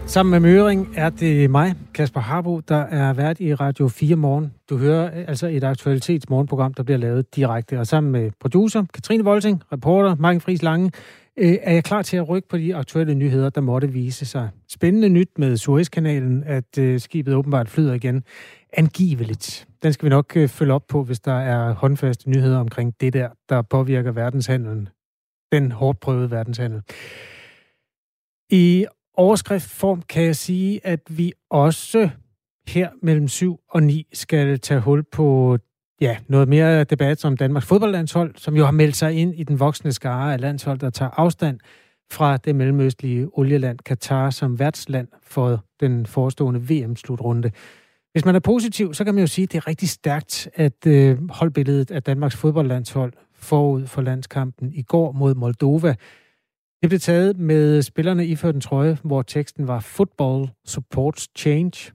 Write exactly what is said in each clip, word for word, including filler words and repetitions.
Sammen med Møring er det mig, Kasper Harbo, der er vært i Radio fire Morgen. Du hører altså et aktualitetsmorgenprogram, der bliver lavet direkte. Og sammen med producer Katrine Volting, reporter Marken Friis Lange, øh, er jeg klar til at rykke på de aktuelle nyheder, der måtte vise sig. Spændende nyt med Suezkanalen, at øh, skibet åbenbart flyder igen. Angiveligt. Den skal vi nok øh, følge op på, hvis der er håndfaste nyheder omkring det der, der påvirker verdenshandlen. Den hårdt prøvede verdenshandel. I overskriftform kan jeg sige, at vi også her mellem syv og ni skal tage hul på ja, noget mere debat om Danmarks fodboldlandshold, som jo har meldt sig ind i den voksne skare af landshold, der tager afstand fra det mellemøstlige olieland Katar som værtsland for den forestående V M-slutrunde. Hvis man er positiv, så kan man jo sige, at det er rigtig stærkt, at øh, holdbilledet af Danmarks fodboldlandshold forud for landskampen i går mod Moldova. Det blev taget med spillerne iført en trøje, hvor teksten var Football supports change.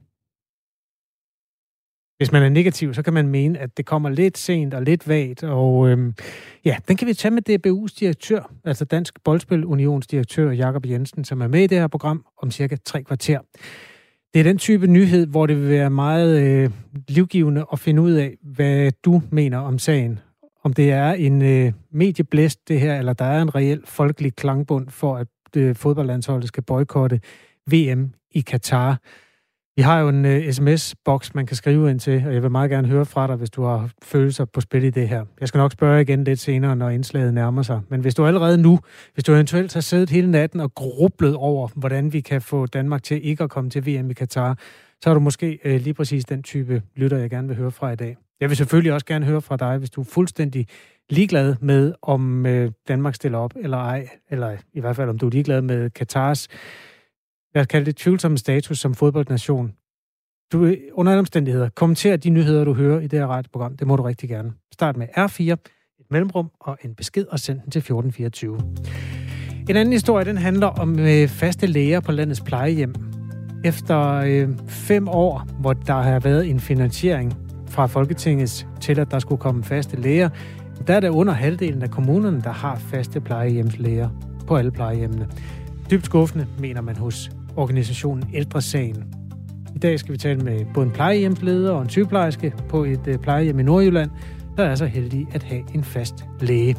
Hvis man er negativ, så kan man mene, at det kommer lidt sent og lidt vagt. Og øhm, ja, den kan vi tage med D B U's direktør, altså Dansk Boldspil Unions direktør Jakob Jensen, som er med i det her program om cirka tre kvarter. Det er den type nyhed, hvor det vil være meget øh, livgivende at finde ud af, hvad du mener om sagen. Om det er en øh, medieblæst, det her, eller der er en reel folkelig klangbund for, at øh, fodboldlandsholdet skal boykotte V M i Katar. Vi har jo en øh, sms-boks, man kan skrive ind til, og jeg vil meget gerne høre fra dig, hvis du har følelser på spil i det her. Jeg skal nok spørge igen lidt senere, når indslaget nærmer sig. Men hvis du allerede nu, hvis du eventuelt har siddet hele natten og grublet over, hvordan vi kan få Danmark til ikke at komme til V M i Katar, så er du måske øh, lige præcis den type lytter, jeg gerne vil høre fra i dag. Jeg vil selvfølgelig også gerne høre fra dig, hvis du er fuldstændig ligeglad med, om øh, Danmark stiller op eller ej, eller i hvert fald om du er ligeglad med Katars, lad os kalde det tvivlsomme status som fodboldnation. Du under alle omstændigheder, kommenter de nyheder, du hører i det her radioprogram. Det må du rigtig gerne. Start med R fire, et mellemrum og en besked, og send den til fjorten fireogtyve. En anden historie, den handler om øh, faste læger på landets plejehjem. Efter øh, fem år, hvor der har været en finansiering fra Folketingets til, at der skulle komme faste læger, der er der under halvdelen af kommunerne, der har faste plejehjemslæger på alle plejehjemmene. Dybt skuffende, mener man hos organisationen Ældre Sagen. I dag skal vi tale med både en plejehjemsleder og en sygeplejerske på et øh, plejehjem i Nordjylland, der er så heldig at have en fast læge.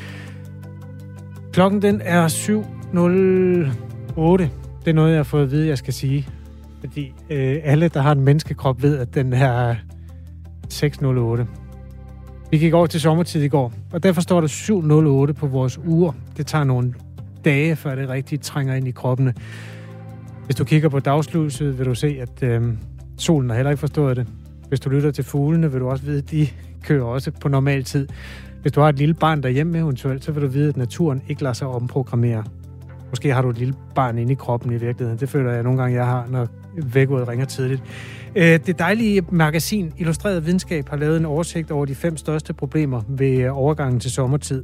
Klokken den er syv nul otte. Det er noget, jeg har fået at vide, jeg skal sige. Fordi øh, alle, der har en menneskekrop, ved, at den her seks nul otte. Vi gik over til sommertid i går, og derfor står der syv nul otte på vores ure. Det tager nogle dage, før det rigtigt trænger ind i kroppene. Hvis du kigger på dagslyset, vil du se, at øh, solen har heller ikke forstået det. Hvis du lytter til fuglene, vil du også vide, at de kører også på normal tid. Hvis du har et lille barn derhjemme eventuelt, så vil du vide, at naturen ikke lader sig omprogrammere. Måske har du et lille barn inde i kroppen i virkeligheden. Det føler jeg nogle gange, jeg har, når vækkeuret ringer tidligt. Det dejlige magasin Illustreret Videnskab har lavet en oversigt over de fem største problemer ved overgangen til sommertid.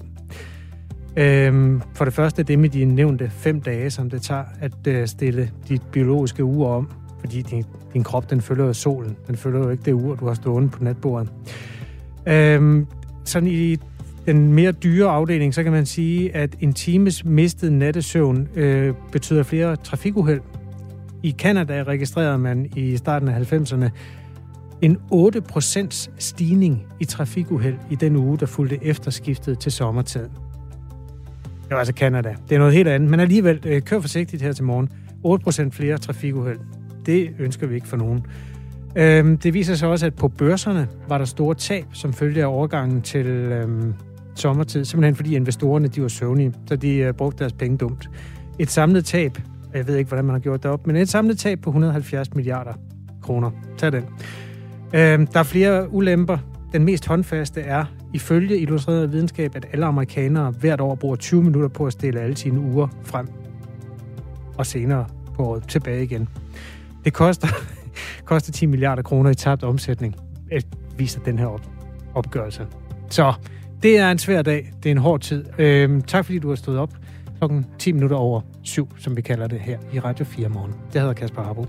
For det første det med de nævnte fem dage, som det tager at stille dit biologiske ur om. Fordi din, din krop, den følger jo solen. Den følger jo ikke det ur, du har stående på natbordet. Sådan i den mere dyre afdeling, så kan man sige, at en times mistet nattesøvn øh, betyder flere trafikuheld. I Canada registrerede man i starten af halvfemserne en otte procent stigning i trafikuheld i den uge, der fulgte efter skiftet til sommertid. Det var altså Canada. Det er noget helt andet, men alligevel, øh, kør forsigtigt her til morgen. otte procent flere trafikuheld. Det ønsker vi ikke for nogen. Øh, det viser sig også, at på børserne var der store tab, som følge af overgangen til øh, sommertid, simpelthen fordi investorerne, de var søvnige, så de øh, brugte deres penge dumt. Et samlet tab, jeg ved ikke, hvordan man har gjort det op, men et samlet tab på et hundrede og halvfjerds milliarder kroner. Tag den. Øh, der er flere ulemper. Den mest håndfaste er, ifølge Illustreret Videnskab, at alle amerikanere hvert år bruger tyve minutter på at stille alle sine uger frem, og senere på året tilbage igen. Det koster, koster ti milliarder kroner i tabt omsætning, viser den her op, opgørelse. Så det er en svær dag. Det er en hård tid. Øhm, tak fordi du har stået op klokken ti minutter over syv, som vi kalder det her i Radio fire Morgen. Jeg hedder Kasper Harbo.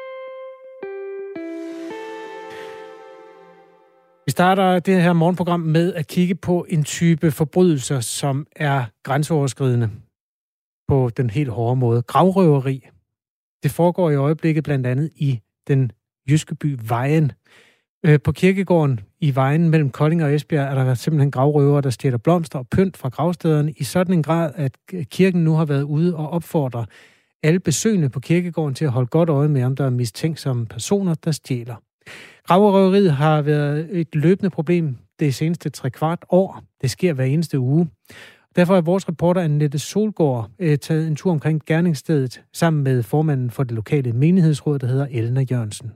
Vi starter det her morgenprogram med at kigge på en type forbrydelser, som er grænseoverskridende på den helt hårde måde. Gravrøveri. Det foregår i øjeblikket blandt andet i den jyske by Vejen. På kirkegården i Vejen mellem Kolding og Esbjerg er der simpelthen gravrøvere, der stjæler blomster og pynt fra gravstederne i sådan en grad, at kirken nu har været ude og opfordre alle besøgende på kirkegården til at holde godt øje med, om der er mistænksomme personer, der stjæler. Gravrøveriet har været et løbende problem det seneste tre kvart år. Det sker hver eneste uge. Derfor er vores reporter Annette Solgaard eh, taget en tur omkring gerningsstedet sammen med formanden for det lokale menighedsråd, der hedder Elna Jørgensen.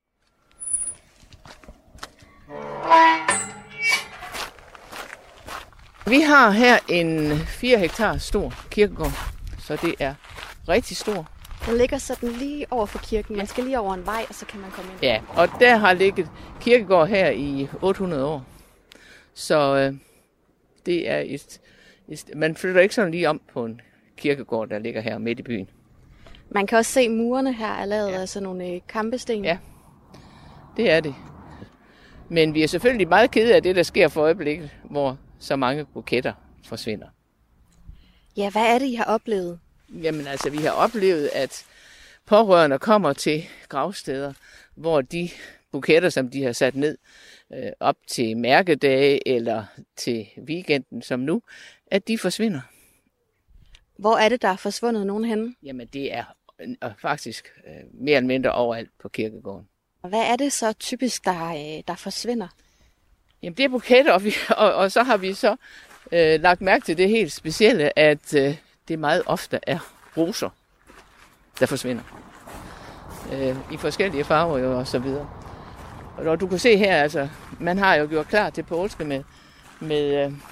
Vi har her en fire hektar stor kirkegård, så det er rigtig stor. Den ligger sådan lige over for kirken. Man skal lige over en vej, og så kan man komme ind. Ja, og der har ligget kirkegård her i otte hundrede år. Så øh, det er et, et... Man flytter ikke sådan lige om på en kirkegård, der ligger her midt i byen. Man kan også se, murene her er lavet ja. af sådan nogle kampesten. Ja, det er det. Men vi er selvfølgelig meget kede af det, der sker for øjeblikket, hvor så mange buketter forsvinder. Ja, hvad er det, I har oplevet? Jamen altså, vi har oplevet, at pårørende kommer til gravsteder, hvor de buketter, som de har sat ned øh, op til mærkedage eller til weekenden som nu, at de forsvinder. Hvor er det, der er forsvundet nogen henne? Jamen det er øh, faktisk øh, mere eller mindre overalt på kirkegården. Hvad er det så typisk, der, øh, der forsvinder? Jamen det er buketter, og, vi, og, og så har vi så øh, lagt mærke til det helt specielle, at øh, det meget ofte er roser, der forsvinder. Øh, I forskellige farver jo og så videre. Og når du kan se her, altså, man har jo gjort klar til påske med, med øh,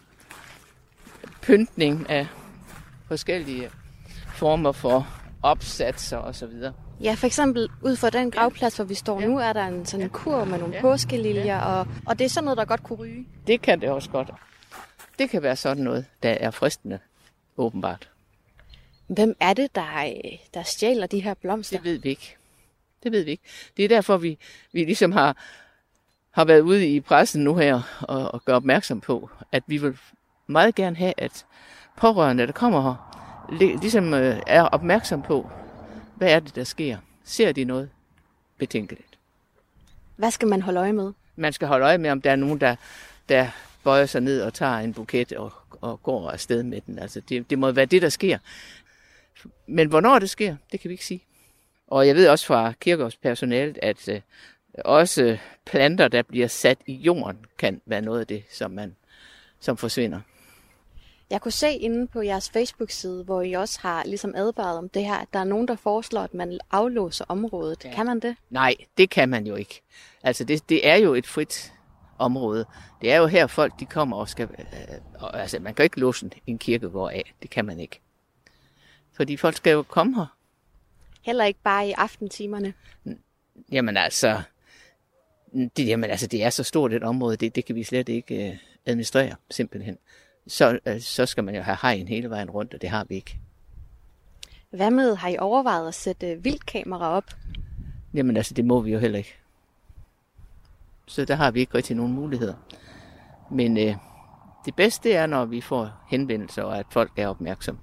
pyntning af forskellige former for opsatser og så videre. Ja, for eksempel ud for den gravplads, hvor vi står ja. nu, er der en sådan en kur med nogle ja. påskeliljer, ja. og, og det er sådan noget, der godt kunne ryge. Det kan det også godt. Det kan være sådan noget, der er fristende, åbenbart. Hvem er det, der, der stjæler de her blomster? Det ved vi ikke. Det ved vi ikke. Det er derfor, vi, vi ligesom har, har været ude i pressen nu her og, og gør opmærksom på, at vi vil meget gerne have, at pårørende, der kommer her, ligesom øh, er opmærksom på, hvad er det, der sker? Ser de noget betænkeligt? Hvad skal man holde øje med? Man skal holde øje med, om der er nogen, der, der bøjer sig ned og tager en buket og, og går afsted med den. Altså, det, det må være det, der sker. Men hvornår det sker, det kan vi ikke sige. Og jeg ved også fra kirkegårdspersonalet, at øh, også planter, der bliver sat i jorden, kan være noget af det, som, man, som forsvinder. Jeg kunne se inde på jeres Facebook-side, hvor I også har ligesom advaret om det her, at der er nogen, der foreslår, at man aflåser området. Ja. Kan man det? Nej, det kan man jo ikke. Altså, det, det er jo et frit område. Det er jo her, folk de kommer og skal... Øh, og, altså, man kan ikke låse en kirkegård af. Det kan man ikke. Fordi folk skal jo komme her. Heller ikke bare i aftentimerne? Jamen altså... Det, jamen, altså, det er så stort et område, det, det kan vi slet ikke øh, administrere, simpelthen. Så, øh, så skal man jo have hegn hele vejen rundt, og det har vi ikke. Hvad med, har I overvejet at sætte vildkamera op? Jamen altså, det må vi jo heller ikke. Så der har vi ikke rigtig nogen muligheder. Men øh, det bedste er, når vi får henvendelser, og at folk er opmærksomme.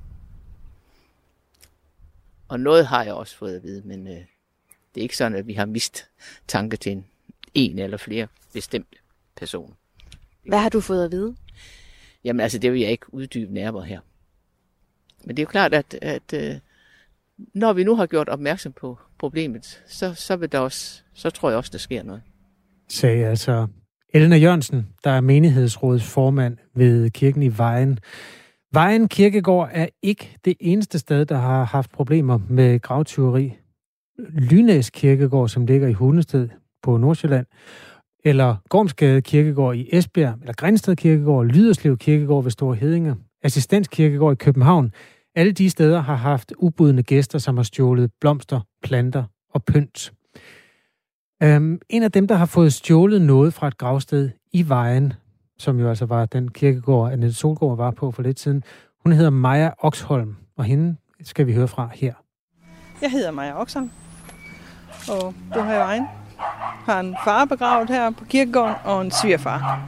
Og noget har jeg også fået at vide, men øh, det er ikke sådan, at vi har mist tanke til en, en eller flere bestemte personer. Hvad har du fået at vide? Jamen altså, det vil jeg ikke uddybe nærmere her. Men det er jo klart, at, at øh, når vi nu har gjort opmærksom på problemet, så, så, vil der også, så tror jeg også, der sker noget. Sagde altså Elna Jørgensen, der er menighedsrådets formand ved kirken i Vejen. Vejen Kirkegård er ikke det eneste sted, der har haft problemer med gravtyveri. Lynæs Kirkegård, som ligger i Hundested på Nordsjælland, eller Gormsgade Kirkegård i Esbjerg, eller Grindsted Kirkegård, Lyderslev Kirkegård ved Store Heddinge, Assistens Kirkegård i København. Alle de steder har haft ubudne gæster, som har stjålet blomster, planter og pynt. Um, en af dem, der har fået stjålet noget fra et gravsted i Vejen, som jo altså var den kirkegård, Annette Solgaard var på for lidt siden, hun hedder Maja Oxholm, og hende skal vi høre fra her. Jeg hedder Maja Oxholm, og bor her i Vejen. Har en far begravet her på kirkegården, og en svigerfar.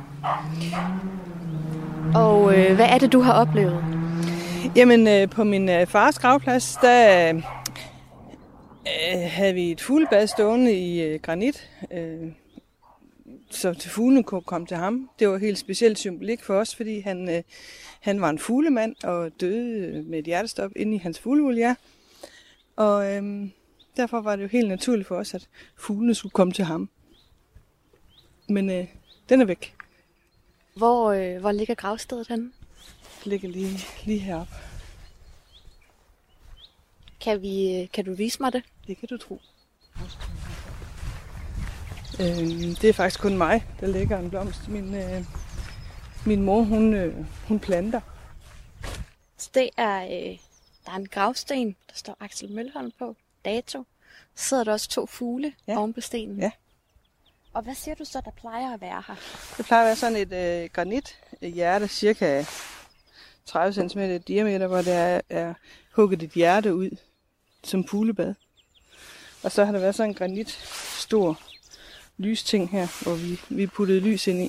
Og øh, hvad er det, du har oplevet? Jamen, øh, på min øh, fars gravplads, der, Øh, havde vi et fuglebad stående i øh, granit, øh, så til fuglene kunne komme til ham. Det var helt specielt symbolik for os, fordi han, øh, han var en fuglemand og døde med et hjertestop inde i hans fuglevoliere. Og øh, derfor var det jo helt naturligt for os, at fuglene skulle komme til ham. Men øh, den er væk. Hvor, øh, hvor ligger gravstedet henne? Det ligger lige, lige heroppe. Kan, vi, kan du vise mig det? Det kan du tro. Øh, det er faktisk kun mig, der lægger en blomst. Min, øh, min mor, hun, øh, hun planter. Så det er, øh, der er en gravsten, der står Axel Mølholm på. Dato. Så sidder der også to fugle ja. oven på stenen. Ja. Og hvad siger du så, der plejer at være her? Det plejer at være sådan et øh, granithjerte, cirka tredive centimeter i diameter, hvor der er, er hugget et hjerte ud som fuglebad. Og så har der været sådan en granit stor lysting her, hvor vi, vi puttede lys ind i.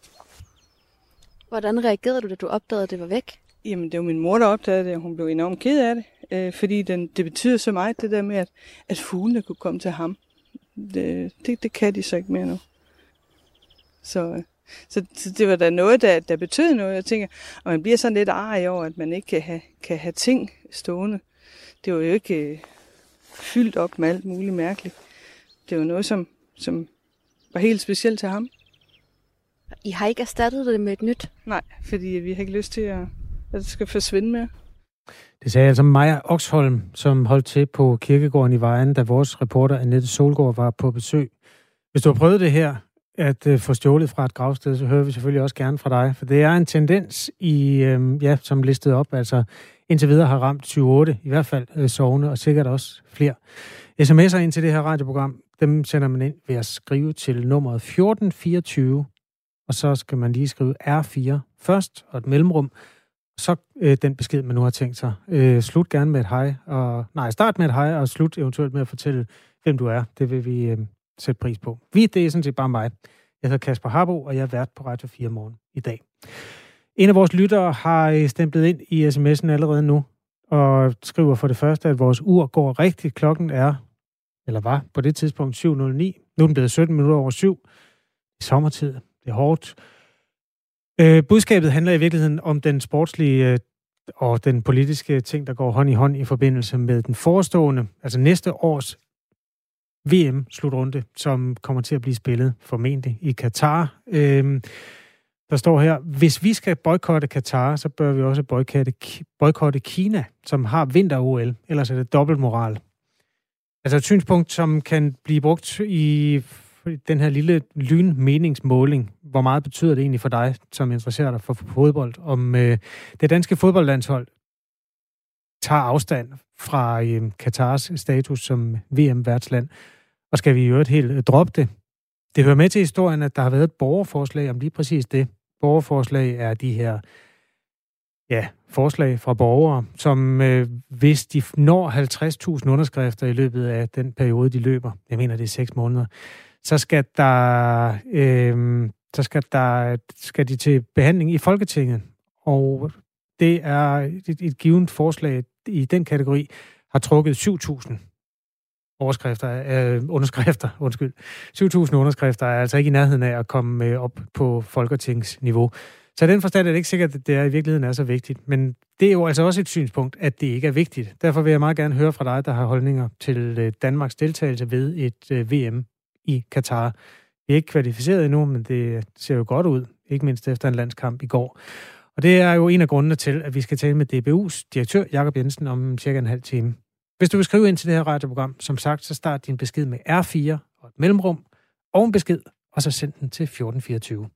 Hvordan reagerede du, da du opdagede, at det var væk? Jamen, det var min mor, der opdagede det, og hun blev enormt ked af det. Øh, fordi den, det betyder så meget, det der med, at, at fuglene kunne komme til ham. Det, det, det kan de så ikke mere nu. Så, så, så det var da noget, der, der betød noget. Jeg tænker, og man bliver sådan lidt arg over, at man ikke kan have, kan have ting stående. Det var jo ikke øh, fyldt op med alt muligt mærkeligt. Det var noget, som, som var helt specielt til ham. I har ikke erstattet det med et nyt? Nej, fordi vi har ikke lyst til, at, at det skal forsvinde mere. Det sagde altså Maja Oxholm, som holdt til på kirkegården i Vejen, da vores reporter Annette Solgaard var på besøg. Hvis du har prøvet det her, at få stjålet fra et gravsted, så hører vi selvfølgelig også gerne fra dig. For det er en tendens, i, øh, ja, som listet op, altså indtil videre har ramt syv otte, i hvert fald øh, sogne, og sikkert også flere. sms'er ind til det her radioprogram, dem sender man ind ved at skrive til nummeret fjorten fireogtyve, og så skal man lige skrive R fire først, og et mellemrum, så øh, den besked, man nu har tænkt sig. Øh, slut gerne med et hej, og nej, start med et hej, og slut eventuelt med at fortælle, hvem du er. Det vil vi øh, sætte pris på. Vi, det er sådan set bare mig. Jeg hedder Kasper Harbo, og jeg er vært på Radio fire Morgen i dag. En af vores lyttere har stemplet ind i sms'en allerede nu, og skriver for det første, at vores ur går rigtigt. Klokken er, eller var på det tidspunkt syv nul ni. Nu er den blevet sytten minutter over syv. I sommertid. Det er hårdt. Øh, budskabet handler i virkeligheden om den sportslige øh, og den politiske ting, der går hånd i hånd i forbindelse med den forestående, altså næste års V M-slutrunde, som kommer til at blive spillet formentlig i Katar. Øh, der står her, hvis vi skal boykotte Katar, så bør vi også boykotte, boykotte Kina, som har vinter-O L, ellers er det dobbeltmoral. Altså et synspunkt, som kan blive brugt i den her lille lynmeningsmåling. Hvor meget betyder det egentlig for dig, som interesserer dig for fodbold, om øh, det danske fodboldlandshold tager afstand fra øh, Katars status som V M-værtsland, og skal vi i øvrigt helt øh, droppe det? Det hører med til historien, at der har været et borgerforslag om lige præcis det. Borgerforslag er de her ja, forslag fra borgere, som øh, hvis de når halvtreds tusind underskrifter i løbet af den periode, de løber, jeg mener det er seks måneder, så skal der øh, så skal der skal de til behandling i Folketinget. Og det er et, et givet forslag i den kategori har trukket syv tusind overskrifter, øh, underskrifter, undskyld. syv tusind underskrifter er altså ikke i nærheden af at komme øh, op på folketingsniveau. Så i den forstand er det ikke sikkert, at det er, i virkeligheden er så vigtigt. Men det er jo altså også et synspunkt, at det ikke er vigtigt. Derfor vil jeg meget gerne høre fra dig, der har holdninger til øh, Danmarks deltagelse ved et øh, V M i Katar. Vi er ikke kvalificeret endnu, men det ser jo godt ud, ikke mindst efter en landskamp i går. Og det er jo en af grundene til, at vi skal tale med D B U's direktør, Jakob Jensen, om cirka en halv time. Hvis du vil skrive ind til det her radioprogram, som sagt, så start din besked med R fire og et mellemrum og en besked, og så send den til fjorten fireogtyve.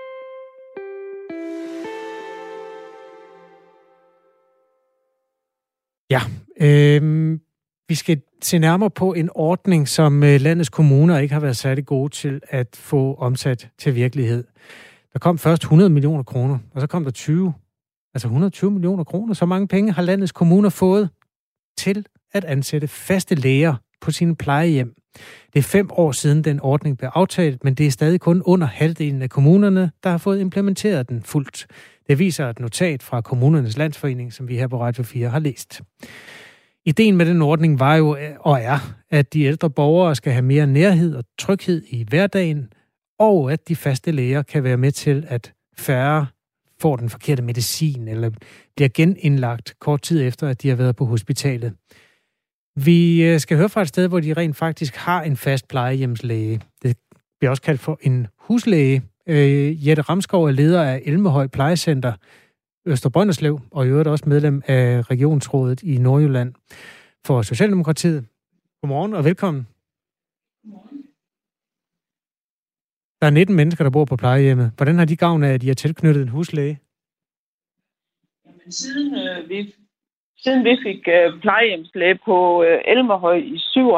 Ja, øh, vi skal se nærmere på en ordning, som øh, landets kommuner ikke har været særlig gode til at få omsat til virkelighed. Der kom først hundrede millioner kroner, og så kom der tyve, altså hundrede og tyve millioner kroner. Så mange penge har landets kommuner fået til at ansætte faste læger på sine plejehjem. Det er fem år siden, den ordning blev aftalt, men det er stadig kun under halvdelen af kommunerne, der har fået implementeret den fuldt. Det viser et notat fra Kommunernes Landsforening, som vi her på Radio fire har læst. Ideen med den ordning var jo og er, at de ældre borgere skal have mere nærhed og tryghed i hverdagen, og at de faste læger kan være med til, at færre får den forkerte medicin eller bliver genindlagt kort tid efter, at de har været på hospitalet. Vi skal høre fra et sted, hvor de rent faktisk har en fast plejehjemslæge. Det bliver også kaldt for en huslæge. Jette Ramskov er leder af Elmehøj Plejecenter Øster Brønderslev, og i øvrigt også medlem af Regionsrådet i Nordjylland for Socialdemokratiet. Godmorgen og velkommen. Godmorgen. Der er nitten mennesker, der bor på plejehjemmet. Hvordan har de gavn af, at de har tilknyttet en huslæge? Jamen, siden, øh, vi, siden vi fik øh, plejehjemslæge på øh, Elmehøj i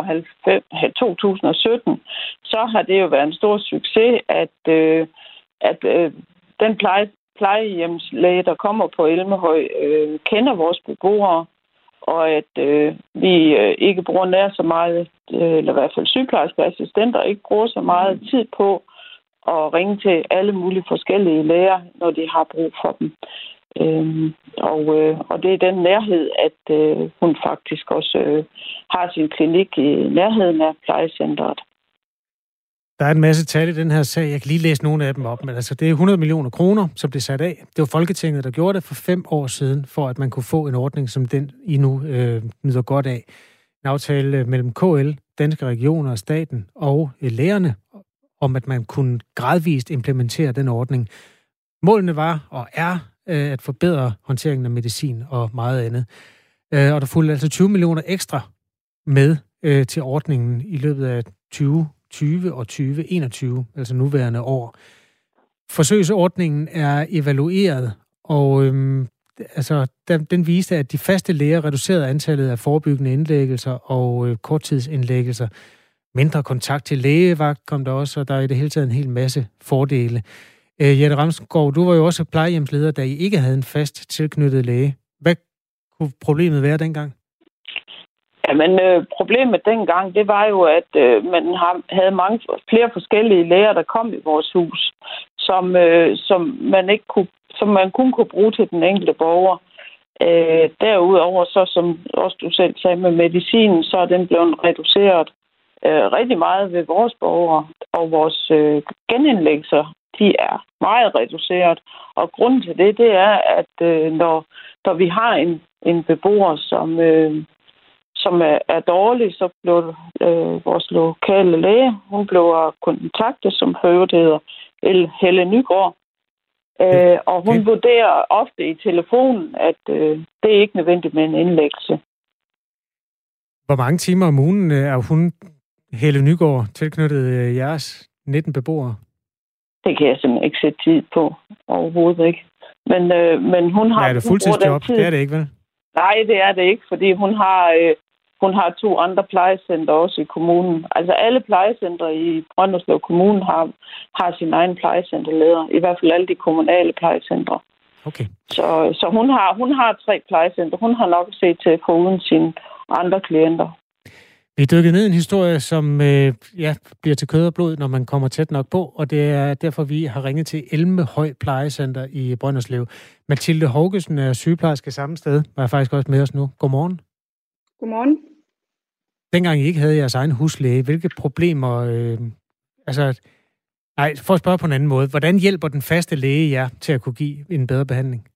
to tusind og sytten, så har det jo været en stor succes, at, øh, at øh, den pleje plejehjemslæge, der kommer på Elmehøj, øh, kender vores beboere, og at øh, vi øh, ikke bruger nær så meget, øh, eller i hvert fald sygeplejersker og assistenter, ikke bruger så meget tid på at ringe til alle mulige forskellige læger, når de har brug for dem. Øh, og, øh, og det er den nærhed, at øh, hun faktisk også øh, har sin klinik i nærheden af plejecentret. Der er en masse tal i den her sag. Jeg kan lige læse nogle af dem op, men altså det er hundrede millioner kroner, som blev sat af. Det var Folketinget, der gjorde det for fem år siden, for at man kunne få en ordning, som den I nu øh, nyder godt af. En aftale mellem K L, Danske Regioner og staten og øh, lægerne, om at man kunne gradvist implementere den ordning. Målene var og er øh, at forbedre håndteringen af medicin og meget andet. Øh, og der fulgte altså tyve millioner ekstra med øh, til ordningen i løbet af tyve tyve og tyve enogtyve, altså nuværende år. Forsøgsordningen er evalueret, og øhm, altså, den, den viste, at de faste læger reducerede antallet af forebyggende indlæggelser og øh, korttidsindlæggelser. Mindre kontakt til lægevagt kom der også, og der er i det hele taget en hel masse fordele. Øh, Jette Ramskov, du var jo også plejehjemsleder, da I ikke havde en fast tilknyttet læge. Hvad kunne problemet være dengang? Jamen, øh, problemet dengang, det var jo, at øh, man har, havde mange flere forskellige læger, der kom i vores hus, som, øh, som, man, ikke kunne, som man kun kunne bruge til den enkelte borger. Øh, derudover, så som også du selv sagde med medicinen, så er den blevet reduceret øh, rigtig meget ved vores borgere, og vores øh, genindlæggelser, de er meget reduceret. Og grunden til det, det er, at øh, når, når vi har en, en beboer, som... Øh, som er, er dårlig, så blev øh, vores lokale læge, hun blev kontaktet, som for øvrigt hedder Helle Nygaard. Øh, og hun okay. vurderer ofte i telefonen, at øh, det er ikke nødvendigt med en indlæggelse. Hvor mange timer om ugen er hun, Helle Nygaard, tilknyttet jeres nitten beboere? Det kan jeg simpelthen ikke sætte tid på overhovedet ikke. Men, øh, men hun har... Ja, er det fuldtidsjob? Det er det ikke, vel? Nej, det er det ikke, fordi hun har... Øh, Hun har to andre plejecenter også i kommunen. Altså alle plejecenter i Brønderslev Kommune har, har sin egen plejecenterleder. I hvert fald alle de kommunale plejecentre. Okay. Så, så hun, har, hun har tre plejecenter. Hun har nok set til foruden sine andre klienter. Vi er dykket ned i en historie, som øh, ja, bliver til kød og blod, når man kommer tæt nok på. Og det er derfor, vi har ringet til Elmehøj Plejecenter i Brønderslev. Mathilde Hågesen er sygeplejerske samme sted, og er faktisk også med os nu. Godmorgen. Godmorgen. Dengang I ikke havde jeres egen huslæge, hvilke problemer... Øh, altså, nej, for at spørge på en anden måde. Hvordan hjælper den faste læge jer til at kunne give en bedre behandling?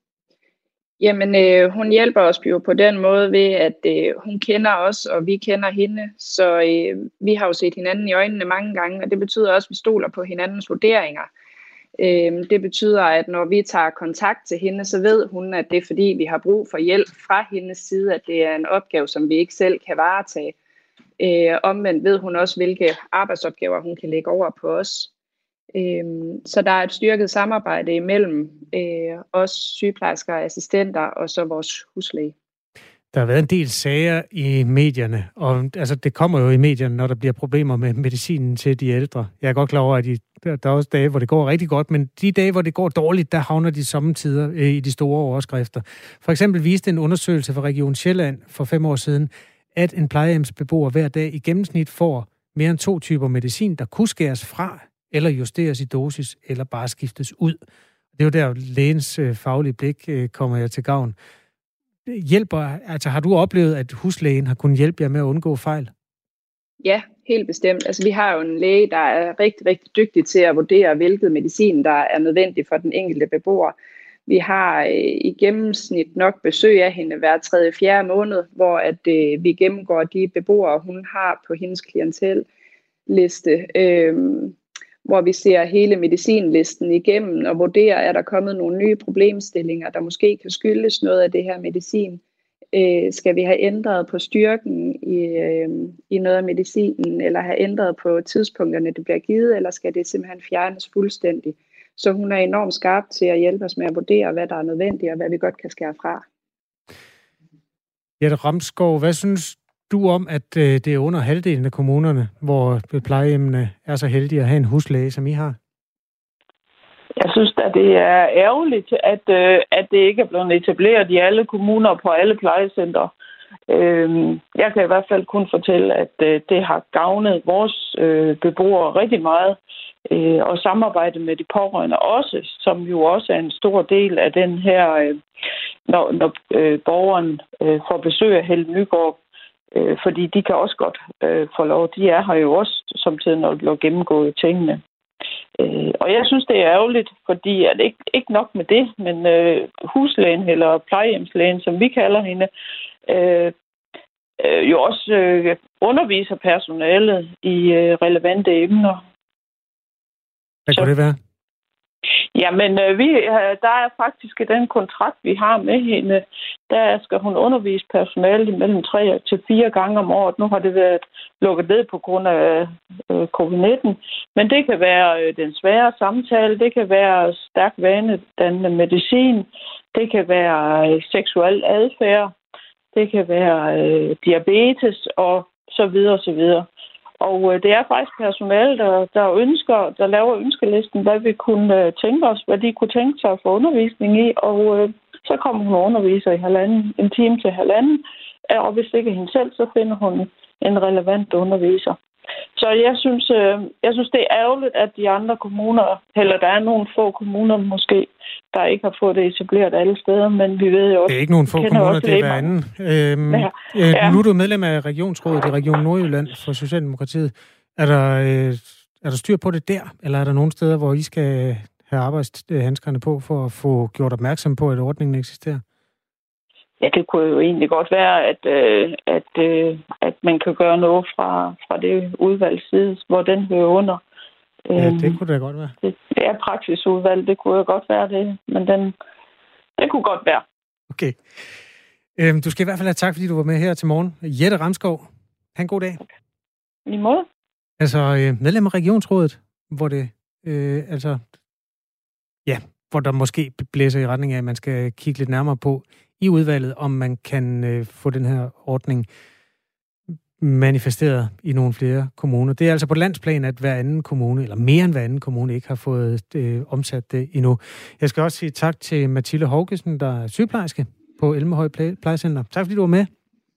Jamen, øh, hun hjælper os jo på den måde ved, at øh, hun kender os, og vi kender hende. Så øh, vi har jo set hinanden i øjnene mange gange, og det betyder også, at vi stoler på hinandens vurderinger. Øh, det betyder, at når vi tager kontakt til hende, så ved hun, at det er fordi, vi har brug for hjælp fra hendes side, at det er en opgave, som vi ikke selv kan varetage. Øh, omvendt ved hun også, hvilke arbejdsopgaver hun kan lægge over på os. Øh, så der er et styrket samarbejde imellem øh, os sygeplejersker og assistenter og så vores huslæge. Der har været en del sager i medierne, og altså, det kommer jo i medierne, når der bliver problemer med medicinen til de ældre. Jeg er godt klar over, at de, der er også dage, hvor det går rigtig godt, men de dage, hvor det går dårligt, der havner de sommetider øh, i de store overskrifter. For eksempel viste en undersøgelse fra Region Sjælland for fem år siden, at en plejehjemsbeboer hver dag i gennemsnit får mere end to typer medicin, der kunne skæres fra, eller justeres i dosis, eller bare skiftes ud. Det er jo der, lægens øh, faglige blik øh, kommer jeg til gavn. hjælper, altså har du oplevet, at huslægen har kunnet hjælpe jer med at undgå fejl? Ja, helt bestemt. Altså, vi har jo en læge, der er rigtig, rigtig dygtig til at vurdere, hvilket medicin, der er nødvendig for den enkelte beboer. Vi har øh, i gennemsnit nok besøg af hende hver tredje, fjerde måned, hvor at, øh, vi gennemgår de beboere, hun har på hendes klientelliste, øh, hvor vi ser hele medicinlisten igennem og vurderer, er der kommet nogle nye problemstillinger, der måske kan skyldes noget af det her medicin. Øh, skal vi have ændret på styrken i, øh, i noget af medicinen, eller have ændret på tidspunkterne, det bliver givet, eller skal det simpelthen fjernes fuldstændig? Så hun er enormt skarp til at hjælpe os med at vurdere, hvad der er nødvendigt, og hvad vi godt kan skære fra. Jette Ramskov, hvad synes du om, at øh, det er under halvdelen af kommunerne, hvor plejehjemmene er så heldige at have en huslæge, som I har? Jeg synes at det er ærgerligt, at, øh, at det ikke er blevet etableret i alle kommuner og på alle plejecentre. Øh, jeg kan i hvert fald kun fortælle, at øh, det har gavnet vores øh, beboere rigtig meget. Øh, og samarbejde med de pårørende også, som jo også er en stor del af den her, øh, når, når øh, borgeren øh, får besøg af Helle Nygaard. Øh, fordi de kan også godt øh, få lov. De er her jo også samtidig, når de har gennemgået tingene. Øh, og jeg synes, det er ærgerligt, fordi at ikke, ikke nok med det, men øh, huslægen eller plejehjemslægen, som vi kalder hende, øh, øh, jo også øh, underviser personalet i øh, relevante emner. Hvad kunne det være? Jamen, øh, vi, der er faktisk i den kontrakt, vi har med hende, der skal hun undervise personalet mellem tre til fire gange om året. Nu har det været lukket ned på grund af øh, covid nitten. Men det kan være øh, den svære samtale, det kan være stærk vanedannende medicin, det kan være øh, seksuel adfærd, det kan være øh, diabetes og så videre, så videre. Og øh, det er faktisk personale, der, der ønsker, der laver ønskelisten, hvad vi kunne øh, tænke os, hvad de kunne tænke sig at få undervisning i. Og øh, så kommer hun og underviser i halvanden, en time til halvanden. Og hvis det ikke er hende selv, så finder hun en relevant underviser. Så jeg synes, øh, jeg synes, det er ærgerligt, at de andre kommuner, eller der er nogle få kommuner måske, der ikke har fået det etableret alle steder, men vi ved jo også... Det er ikke nogen få kommuner, det er hver anden. Øhm, ja. Ja. Nu er du medlem af Regionsrådet i Region Nordjylland for Socialdemokratiet. Er der, øh, er der styr på det der, eller er der nogle steder, hvor I skal have arbejdshandskerne på for at få gjort opmærksom på, at ordningen eksisterer? Ja, det kunne jo egentlig godt være, at, øh, at, øh, at man kan gøre noget fra, fra det udvalgs side, hvor den hører under. Ja, det kunne det godt være. Det er praksisudvalg, det kunne jo godt være det, men den, det kunne godt være. Okay. Øhm, du skal i hvert fald have tak, fordi du var med her til morgen. Jette Ramskov, ha' en god dag. I måde. Altså, øh, medlem af Regionsrådet, hvor det, øh, altså, ja, hvor der måske blæser i retning af, at man skal kigge lidt nærmere på i udvalget, om man kan øh, få den her ordning manifesteret i nogle flere kommuner. Det er altså på landsplan, at hver anden kommune, eller mere end hver anden kommune, ikke har fået øh, omsat det endnu. Jeg skal også sige tak til Mathilde Hovgesen, der er sygeplejerske på Elmehøj Plejecenter. Tak fordi du var med.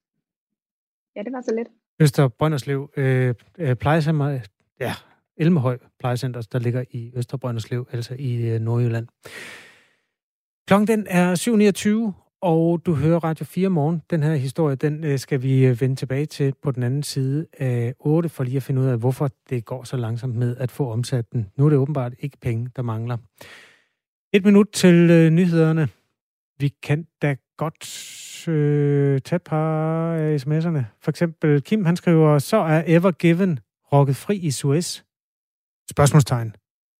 Ja, det var så lidt. Øster Brønderslev øh, Plejecenter, ja, Elmehøj Plejecenter, der ligger i Øster Brønderslev, altså i øh, Nordjylland. Klokken den er syv niogtyve, og du hører Radio fire morgen. Den her historie, den øh, skal vi vende tilbage til på den anden side af otte, for lige at finde ud af, hvorfor det går så langsomt med at få omsat den. Nu er det åbenbart ikke penge, der mangler. Et minut til øh, nyhederne. Vi kan da godt øh, tage et par af sms'erne. For eksempel Kim, han skriver, så er Ever Given rokket fri i Suez? Spørgsmålstegn.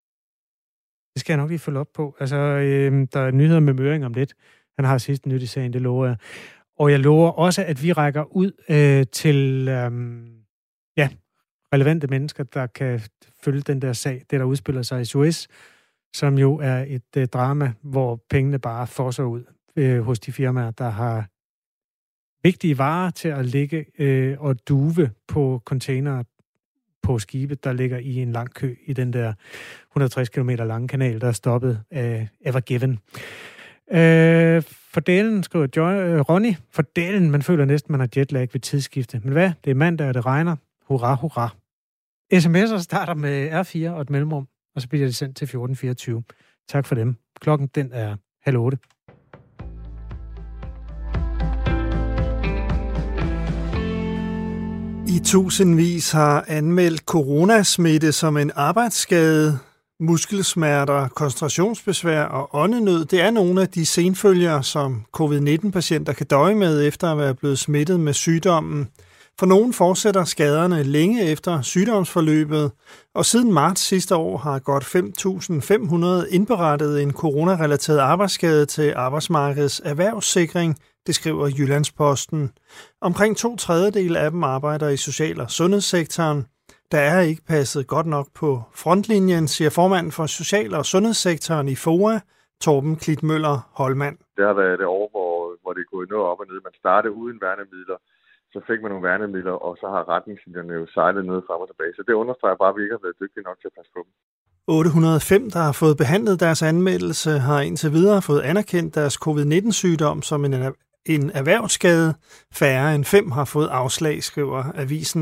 Det skal jeg nok lige følge op på. Altså, øh, der er nyheder med Møring om lidt. Han har sidste nyt i sagen, det lover jeg. Og jeg lover også, at vi rækker ud øh, til øh, ja, relevante mennesker, der kan følge den der sag, det der udspiller sig i Suez, som jo er et øh, drama, hvor pengene bare fosser ud øh, hos de firmaer, der har vigtige varer til at ligge øh, og duve på containere på skibet, der ligger i en lang kø i den der et hundrede og tres kilometer lange kanal, der er stoppet af Ever Given. Øh, fordelen, skriver Joy, øh, Ronny, fordelen, man føler næsten, man har jetlag ved tidsskifte. Men hvad? Det er mandag, og det regner. Hurra, hurra. sms'er starter med R fire og et mellemrum, og så bliver det sendt til fjorten fireogtyve. Tak for dem. Klokken, den er halv otte. I tusindvis har anmeldt coronasmitte som en arbejdsskade. Muskelsmerter, koncentrationsbesvær og åndenød, det er nogle af de senfølger, som covid nitten-patienter kan døje med efter at være blevet smittet med sygdommen. For nogen fortsætter skaderne længe efter sygdomsforløbet, og siden marts sidste år har godt fem tusind fem hundrede indberettet en coronarelateret arbejdsskade til Arbejdsmarkedets Erhvervssikring, det skriver Jyllandsposten. Omkring to tredjedele af dem arbejder i social- og sundhedssektoren. Der er ikke passet godt nok på frontlinjen, siger formanden for social- og sundhedssektoren i FOA, Torben Klitmøller Holmand. Det har været et år, hvor, hvor det er gået noget op og ned. Man startede uden værnemidler, så fik man nogle værnemidler, og så har retningslinjerne jo sejlet noget frem og tilbage. Så det understreger bare, at vi ikke har været dygtige nok til at passe på dem. otte hundrede og fem, der har fået behandlet deres anmeldelse, har indtil videre fået anerkendt deres covid nitten-sygdom som en, en erhvervsskade. Færre end fem har fået afslag, skriver avisen.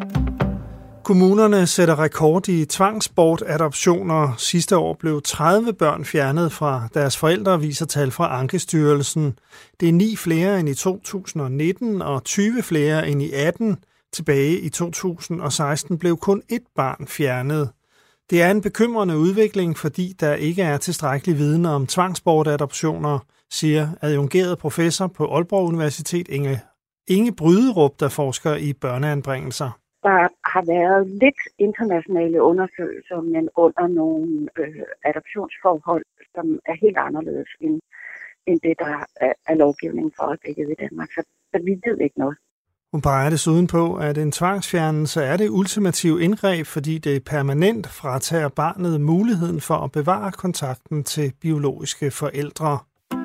Kommunerne sætter rekord i tvangsbortadoptioner. Sidste år blev tredive børn fjernet fra deres forældre, viser tal fra Ankestyrelsen. Det er ni flere end i to tusind og nitten og tyve flere end i atten. Tilbage i to tusind og seksten blev kun ét barn fjernet. Det er en bekymrende udvikling, fordi der ikke er tilstrækkelig viden om tvangsbortadoptioner, siger adjungeret professor på Aalborg Universitet Inge, Inge Bryderup, der forsker i børneanbringelser. Der har været lidt internationale undersøgelser, men under nogle øh, adoptionsforhold, som er helt anderledes end, end det, der er, er lovgivning for øjeblikket i Danmark. Så, så vi ved ikke noget. Hun peger desuden på, at en tvangsfjernelse er det ultimative indgreb, fordi det permanent fratager barnet muligheden for at bevare kontakten til biologiske forældre.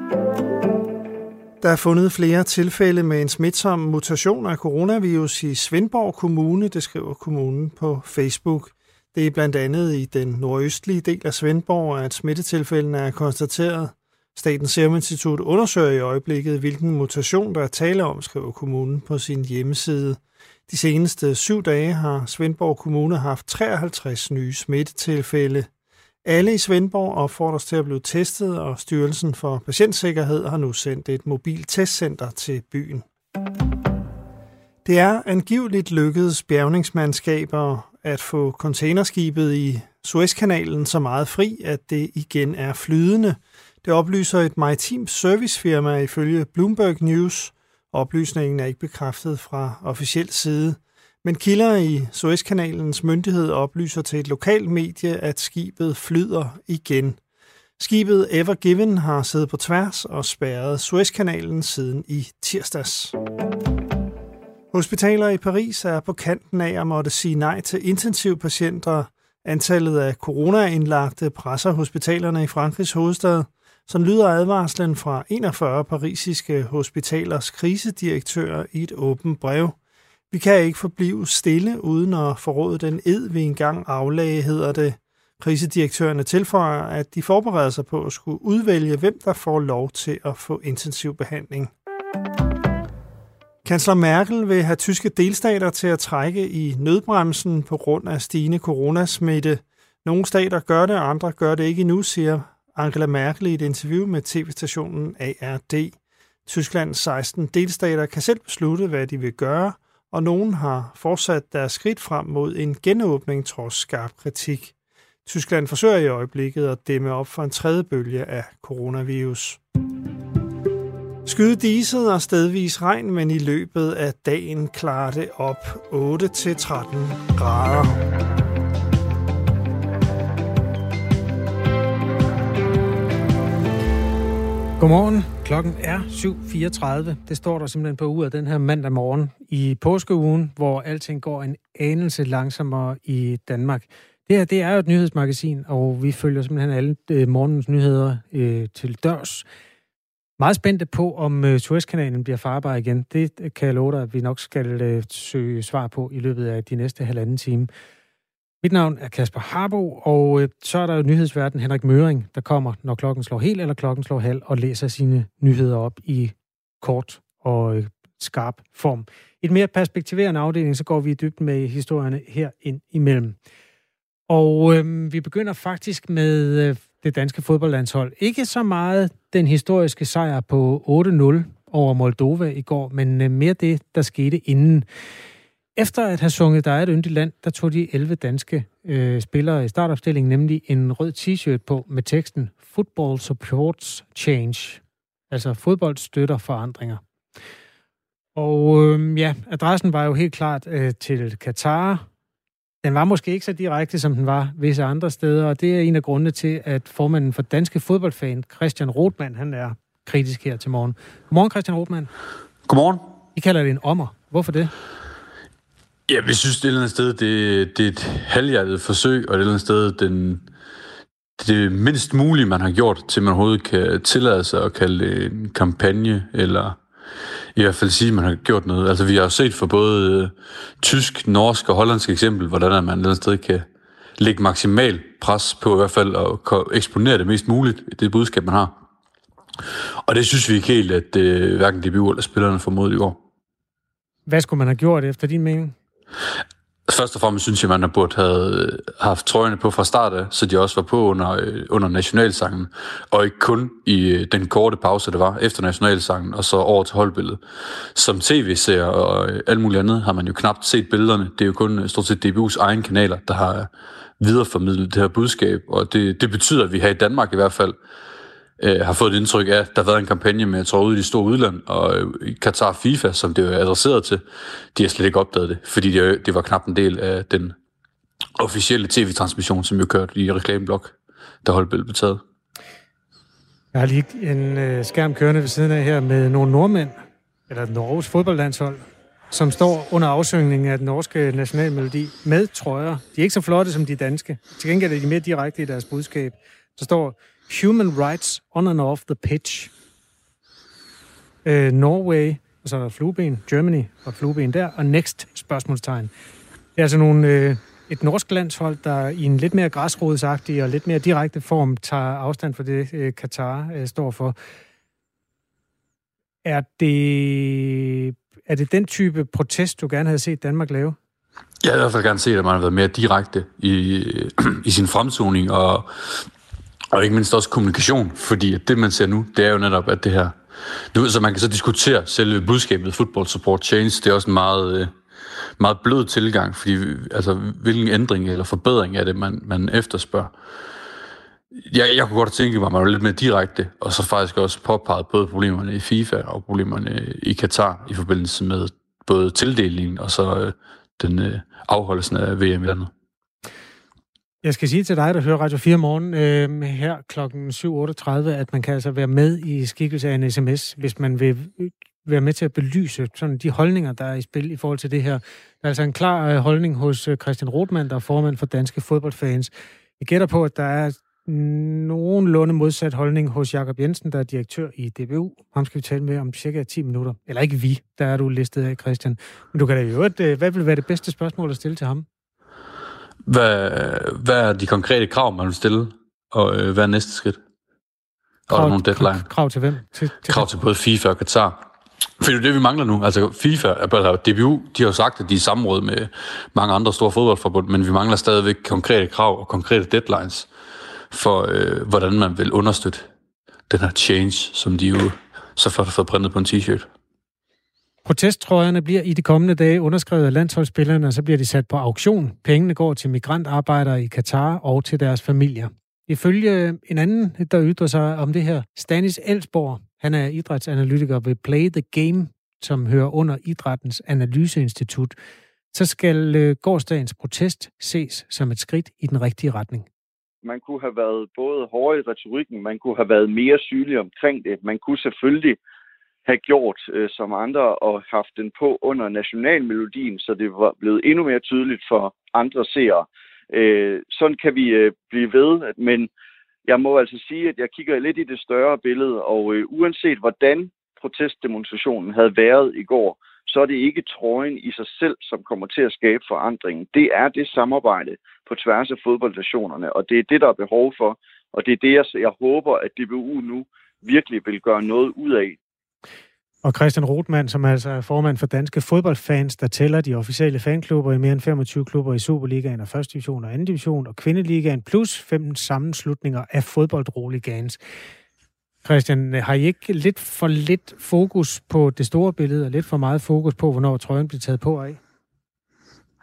Der er fundet flere tilfælde med en smitsom mutation af coronavirus i Svendborg Kommune, det skriver kommunen på Facebook. Det er blandt andet i den nordøstlige del af Svendborg, at smittetilfældene er konstateret. Statens Serum Institut undersøger i øjeblikket, hvilken mutation der er tale om, skriver kommunen på sin hjemmeside. De seneste syv dage har Svendborg Kommune haft treoghalvtreds nye smittetilfælde. Alle i Svendborg opfordres til at blive testet, og Styrelsen for Patientsikkerhed har nu sendt et mobilt testcenter til byen. Det er angiveligt lykkedes bjergningsmandskaber at få containerskibet i Suezkanalen så meget fri, at det igen er flydende. Det oplyser et maritimt servicefirma ifølge Bloomberg News. Oplysningen er ikke bekræftet fra officiel side. Men kilder i Suezkanalens myndighed oplyser til et lokalt medie, at skibet flyder igen. Skibet Ever Given har siddet på tværs og spærret Suezkanalen siden i tirsdags. Hospitaler i Paris er på kanten af at måtte sige nej til intensivpatienter. Antallet af coronaindlagte presser hospitalerne i Frankrigs hovedstad. Sådan lyder advarslen fra enogfyrre parisiske hospitalers krisedirektører i et åbent brev. Vi kan ikke forblive stille uden at forråde den ed, vi engang aflagde, hedder det. Krisedirektørerne tilføjer, at de forbereder sig på at skulle udvælge, hvem der får lov til at få intensiv behandling. Kansler Merkel vil have tyske delstater til at trække i nødbremsen på grund af stigende coronasmitte. Nogle stater gør det, og andre gør det ikke endnu, siger Angela Merkel i et interview med tv-stationen A R D. Tysklands seksten delstater kan selv beslutte, hvad de vil gøre, og nogen har fortsat deres skridt frem mod en genåbning trods skarp kritik. Tyskland forsøger i øjeblikket at dæmme op for en tredje bølge af coronavirus. Skyde diset og stedvis regn, men i løbet af dagen klarer det op otte til tretten grader. Godmorgen. Klokken er syv fireogtredive. Det står der simpelthen på uret den her mandag morgen i påskeugen, hvor alting går en anelse langsommere i Danmark. Det her, det er jo et nyhedsmagasin, og vi følger simpelthen alle øh, morgens nyheder øh, til dørs. Meget spændte på, om øh, Suezkanalen bliver farbar igen. Det kan jeg love dig, at vi nok skal øh, søge svar på i løbet af de næste halvanden time. Mit navn er Kasper Harbo, og øh, så er der jo nyhedsverden Henrik Møring, der kommer, når klokken slår helt eller klokken slår halv, og læser sine nyheder op i kort og øh, skarp form. I et mere perspektiverende afdeling, så går vi i dybden med historierne her ind imellem. Og øh, vi begynder faktisk med øh, det danske fodboldlandshold. Ikke så meget den historiske sejr på otte nul over Moldova i går, men øh, mere det, der skete inden. Efter at have sunget Der er et yndigt land, der tog de elleve danske øh, spillere i startopstillingen nemlig en rød t-shirt på med teksten Football supports change. Altså fodbold støtter forandringer. Og øh, ja, adressen var jo helt klart øh, til Katar. Den var måske ikke så direkte, som den var visse andre steder, og det er en af grundene til, at formanden for Danske Fodboldfan, Christian Rothmann, han er kritisk her til morgen. Godmorgen, Christian Rothmann. Godmorgen. I kalder det en ommer. Hvorfor det? Ja, vi synes, det er et eller andet sted, det, det er et halvhjertet forsøg, og et eller andet sted, den, det mindst mulige, man har gjort, til man overhovedet kan tillade sig at kalde det en kampagne, eller i hvert fald sige, at man har gjort noget. Altså, vi har jo set for både øh, tysk, norsk og hollandsk eksempel, hvordan man et eller andet sted kan lægge maksimal pres på i hvert fald at eksponere det mest muligt, det budskab, man har. Og det synes vi ikke helt, at øh, hverken D B U eller spillerne formåede i år. Hvad skulle man have gjort efter din mening? Først og fremmest synes jeg, at man burde have haft trøjerne på fra start af, så de også var på under, under nationalsangen, og ikke kun i den korte pause, der var efter nationalsangen, og så over til holdbilledet. Som tv-seer og alt muligt andet har man jo knapt set billederne. Det er jo kun stort set D B U's egen kanaler, der har videreformidlet det her budskab, og det, det betyder, at vi her i Danmark i hvert fald øh, har fået et indtryk af, at der har været en kampagne med, jeg tror, ude i de store udland, og øh, Qatar FIFA, som det er adresseret til, de har slet ikke opdaget det, fordi det, det var knap en del af den officielle tv-transmission, som jo kørte i reklameblok, der holdbilledet blev taget. Jeg har lige en øh, skærm kørende ved siden af her med nogle nordmænd, eller Norges fodboldlandshold, som står under afsyngningen af den norske nationalmelodi med trøjer. De er ikke så flotte som de danske. Til gengæld er de mere direkte i deres budskab. Der står Human rights on and off the pitch. Uh, Norway, og så er der flueben, Germany og flueben der, og next spørgsmålstegn. Det er altså nogle, øh, et norsk landshold, der i en lidt mere græsrodsagtig og lidt mere direkte form tager afstand for det, øh, Qatar øh, står for. Er det, er det den type protest, du gerne havde set Danmark lave? Jeg havde i hvert fald gerne set, at man har været mere direkte i, i sin fremtoning, og, og ikke mindst også kommunikation, fordi det, man ser nu, det er jo netop, at det her... Nu, så man kan så diskutere selve budskabet Football Support Change, det er også en meget, meget blød tilgang, fordi altså, hvilken ændring eller forbedring er det, man, man efterspørger. Jeg, jeg kunne godt tænke mig, at man var lidt mere direkte, og så faktisk også påpeget både problemerne i FIFA og problemerne i Qatar i forbindelse med både tildelingen og så øh, den øh, afholdelsen af V M i landet. Jeg skal sige til dig, der hører Radio fire morgen øh, her klokken syv otteogtredive, at man kan altså være med i skikkelse af en sms, hvis man vil være med til at belyse sådan de holdninger, der er i spil i forhold til det her. Der er altså en klar øh, holdning hos øh, Christian Rothmann, der er formand for Danske Fodboldfans. Jeg gætter på, at der er nogenlunde modsat holdning hos Jakob Jensen, der er direktør i D B U. Ham skal vi tale med om cirka ti minutter. Eller ikke vi, der er du listet af, Christian. Men du kan da jo et, hvad vil være det bedste spørgsmål at stille til ham? Hvad, hvad er de konkrete krav, man vil stille, og øh, hvad er næste skridt? Og er der nogle deadline? Krav til hvem? Til, til krav til både FIFA og Qatar. For det er det, vi mangler nu. Altså FIFA, eller D B U, de har jo sagt, at de er i samråd med mange andre store fodboldforbund, men vi mangler stadigvæk konkrete krav og konkrete deadlines for, øh, hvordan man vil understøtte den her change, som de jo så flot har fået printet på en t-shirt. Protesttrøjerne bliver i de kommende dage underskrevet af landsholdsspillerne, og så bliver de sat på auktion. Pengene går til migrantarbejdere i Qatar og til deres familier. Ifølge en anden, der ytrer sig om det her, Stanis Elsborg, han er idrætsanalytiker ved Play the Game, som hører under Idrættens Analyseinstitut, så skal gårsdagens protest ses som et skridt i den rigtige retning. Man kunne have været både hård i retorikken, man kunne have været mere sygelig omkring det. Man kunne selvfølgelig have gjort øh, som andre og haft den på under nationalmelodien, så det var blevet endnu mere tydeligt for andre seere. Øh, sådan kan vi øh, blive ved, men jeg må altså sige, at jeg kigger lidt i det større billede, og øh, uanset hvordan protestdemonstrationen havde været i går, så er det ikke trøjen i sig selv, som kommer til at skabe forandringen. Det er det samarbejde på tværs af fodboldnationerne, og det er det, der er behov for, og det er det, jeg, jeg håber, at D B U nu virkelig vil gøre noget ud af. Og Christian Rothmann, som altså er formand for Danske Fodboldfans, der tæller de officielle fanklubber i mere end femogtyve klubber i Superligaen og første division og anden division og Kvindeligaen, plus femten sammenslutninger af fodboldroligans. Christian, har I ikke lidt for lidt fokus på det store billede, og lidt for meget fokus på, hvornår trøjen bliver taget på af?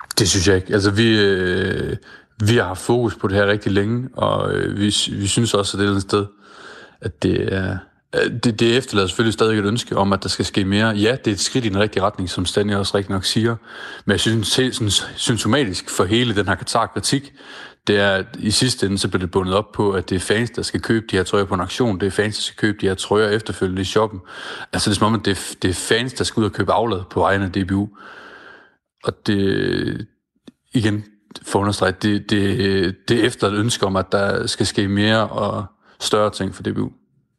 Det synes jeg ikke. Altså, vi, øh, vi har haft fokus på det her rigtig længe, og øh, vi, vi synes også, at det er et sted, at det er... Det, det efterlader selvfølgelig stadig et ønske om, at der skal ske mere. Ja, det er et skridt i den rigtige retning, som Stanley også rigtig nok siger. Men jeg synes, helt sådan, symptomatisk for hele den her Qatar-kritik, det er, at i sidste ende, så bliver det bundet op på, at det er fans, der skal købe de her trøjer på en auktion. Det er fans, der skal købe de her trøjer efterfølgende i shoppen. Altså, det er som om, at det er, det er fans, der skal ud og købe aflad på vegne af D B U. Og det, igen, for at understrege, det, det, det er efter et ønske om, at der skal ske mere og større ting for D B U.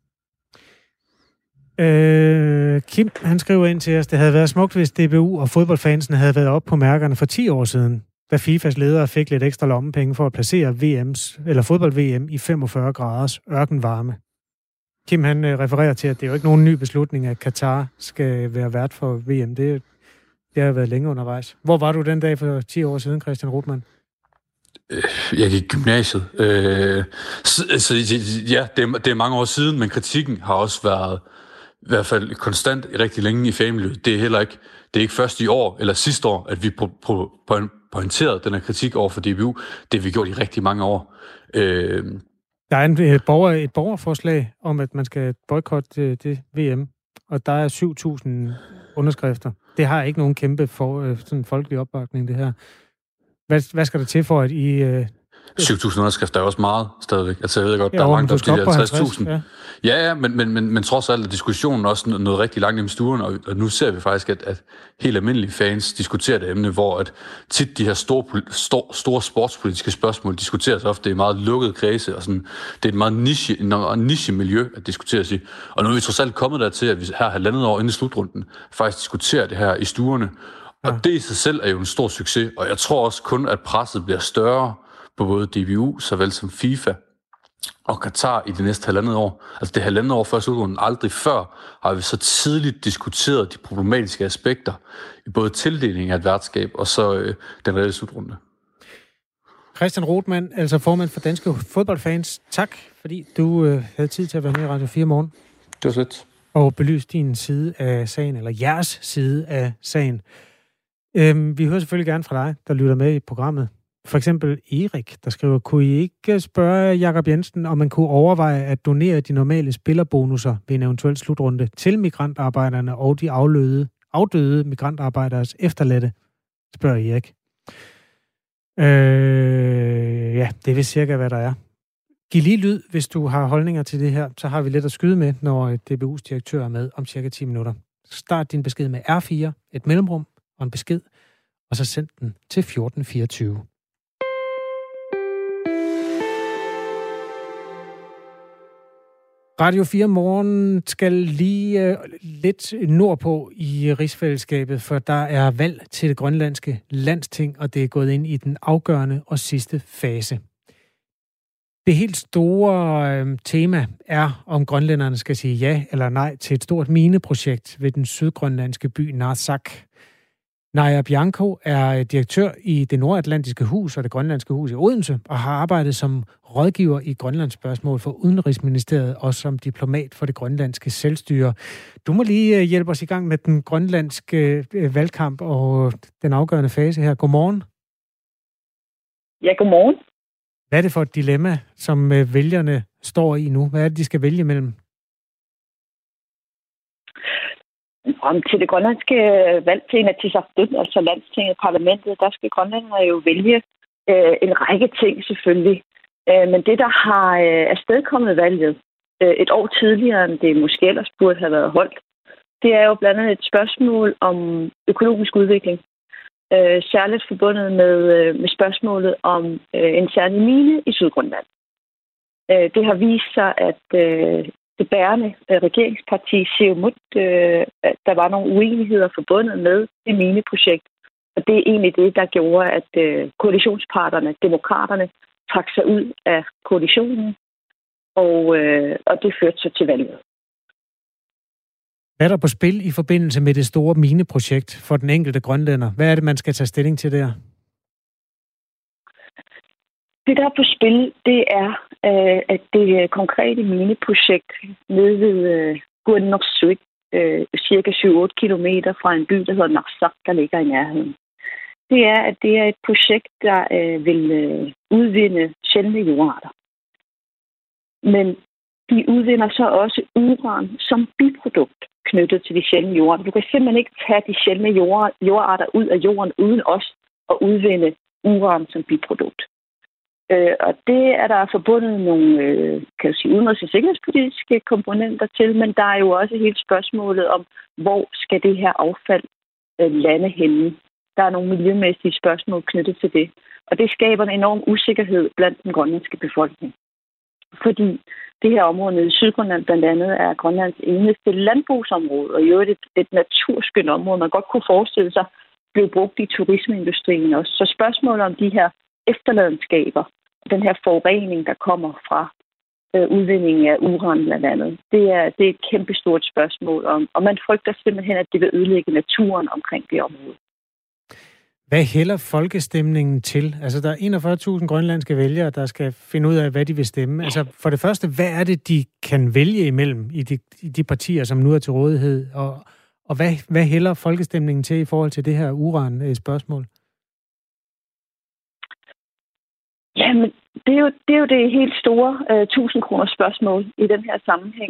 Øh, Kim, han skriver ind til os, det havde været smukt, hvis D B U og fodboldfansen havde været op på mærkerne for ti år siden, da FIFAs ledere fik lidt ekstra lommepenge for at placere V M's, eller fodbold-V M i femogfyrre graders ørkenvarme. Kim, han øh, refererer til, at det er jo ikke nogen ny beslutning, at Qatar skal være vært for V M. Det, det har været længe undervejs. Hvor var du den dag for ti år siden, Christian Rothmann? Jeg gik i gymnasiet. Øh, så, så, ja, det er, det er mange år siden, men kritikken har også været i hvert fald konstant rigtig længe i familiet. Det er heller ikke, det er ikke først i år eller sidste år, at vi po- po- po- pointerede den her kritik over for D B U. Det har vi gjort i rigtig mange år. Øh, Der er en, et, borger, et borgerforslag om, at man skal boykotte det V M, og der er syv tusind underskrifter. Det har ikke nogen kæmpe for, sådan folkelig opbakning, det her. Hvad, hvad skal der til for, at I... Øh, syv tusind underskrifter er også meget stadigvæk. Altså, jeg ved godt, ja, der er mange, der skal halvtreds tusind. Ja, ja, ja men, men, men, men trods alt er diskussionen også noget rigtig langt i stuen, og, og nu ser vi faktisk, at, at helt almindelige fans diskuterer det emne, hvor at tit de her store, store, store sportspolitiske spørgsmål diskuteres ofte i meget lukkede kredse, og sådan, det er et meget niche, en niche-miljø at diskuteres i. Og nu er vi trods alt kommet dertil, at vi her halvandet år inde i slutrunden faktisk diskuterer det her i stuerne. Og ja. Det i sig selv er jo en stor succes, og jeg tror også kun, at presset bliver større på både D B U, såvel som FIFA og Qatar i de næste halvandet år. Altså det halvandet år før slutrunden, aldrig før har vi så tidligt diskuteret de problematiske aspekter i både tildelingen af et værtskab og så øh, den reelle slutrunde. Christian Rothmann, altså formand for Danske Fodboldfans. Tak, fordi du øh, havde tid til at være med i Radio fire morgen. Det var slet. Og belyse din side af sagen, eller jeres side af sagen. Øhm, vi hører selvfølgelig gerne fra dig, der lytter med i programmet. For eksempel Erik, der skriver, kunne I ikke spørge Jakob Jensen, om man kunne overveje at donere de normale spillerbonusser ved en eventuel slutrunde til migrantarbejderne og de afløde, afdøde migrantarbejderes efterladte, spørger Erik. Øh, ja, det er vist cirka, hvad der er. Giv lige lyd, hvis du har holdninger til det her, så har vi lidt at skyde med, når D B U's direktør er med om cirka ti minutter. Start din besked med R fire, et mellemrum og en besked, og så send den til fjorten fireogtyve. Radio fire Morgen skal lige uh, lidt nordpå i rigsfællesskabet, for der er valg til det grønlandske landsting, og det er gået ind i den afgørende og sidste fase. Det helt store uh, tema er, om grønlænderne skal sige ja eller nej til et stort mineprojekt ved den sydgrønlandske by Narsaq. Naja Bianco er direktør i det nordatlantiske hus og det grønlandske hus i Odense, og har arbejdet som rådgiver i Grønlands spørgsmål for Udenrigsministeriet og som diplomat for det grønlandske selvstyre. Du må lige hjælpe os i gang med den grønlandske valgkamp og den afgørende fase her. Godmorgen. Ja, godmorgen. Hvad er det for et dilemma, som vælgerne står i nu? Hvad er det, de skal vælge mellem? Om til det grønlandske valg til Inatsisartut, altså landstinget, parlamentet, der skal grønlænderne jo vælge øh, en række ting selvfølgelig. Øh, men det, der har øh, afstedkommet valget øh, et år tidligere, end det måske ellers burde have været holdt, det er jo blandt andet et spørgsmål om økonomisk udvikling. Øh, særligt forbundet med, øh, med spørgsmålet om øh, en særlig mine i Sydgrønland. Øh, det har vist sig, at øh, det bærende regeringsparti Siumut, øh, der var nogle uenigheder forbundet med det mineprojekt. Og det er egentlig det, der gjorde, at øh, koalitionsparterne, demokraterne, trak sig ud af koalitionen, og, øh, og det førte sig til valget. Hvad er der på spil i forbindelse med det store mineprojekt for den enkelte grønlænder? Hvad er det, man skal tage stilling til der? Det, der er på spil, det er, øh, at det konkrete mineprojekt nede ved øh, Guanajuato, øh, cirka syv otte kilometer fra en by, der hedder Narsaq, der ligger i nærheden. det er, at det er et projekt, der øh, vil øh, udvinde sjældne jordarter. Men de udvinder så også uran som biprodukt knyttet til de sjældne jordarter. Du kan simpelthen ikke tage de sjældne jord, jordarter ud af jorden uden også at udvinde uran som biprodukt. Øh, og det er der forbundet nogle øh, kan du sige, udenrigs- og sikkerhedspolitiske komponenter til, men der er jo også hele spørgsmålet om, hvor skal det her affald øh, lande henne. Der er nogle miljømæssige spørgsmål knyttet til det. Og det skaber en enorm usikkerhed blandt den grønlandske befolkning. Fordi det her område nede i Sydgrønland blandt andet er Grønlands eneste landbrugsområde, og i øvrigt et, et naturskønt område, man godt kunne forestille sig, blev brugt i turismeindustrien også. Så spørgsmålet om de her efterladenskaber, den her forurening, der kommer fra øh, udvindingen af uran blandt andet, det er, det er et kæmpestort spørgsmål om, og man frygter simpelthen, at det vil ødelægge naturen omkring det område. Hvad hælder folkestemningen til? Altså, der er enogfyrre tusind grønlandske vælgere, der skal finde ud af, hvad de vil stemme. Altså, for det første, hvad er det, de kan vælge imellem i de, i de partier, som nu er til rådighed? Og, og hvad, hvad hælder folkestemningen til i forhold til det her uran-spørgsmål? Jamen, det er jo det, er jo det helt store uh, tusind kroner spørgsmål i den her sammenhæng.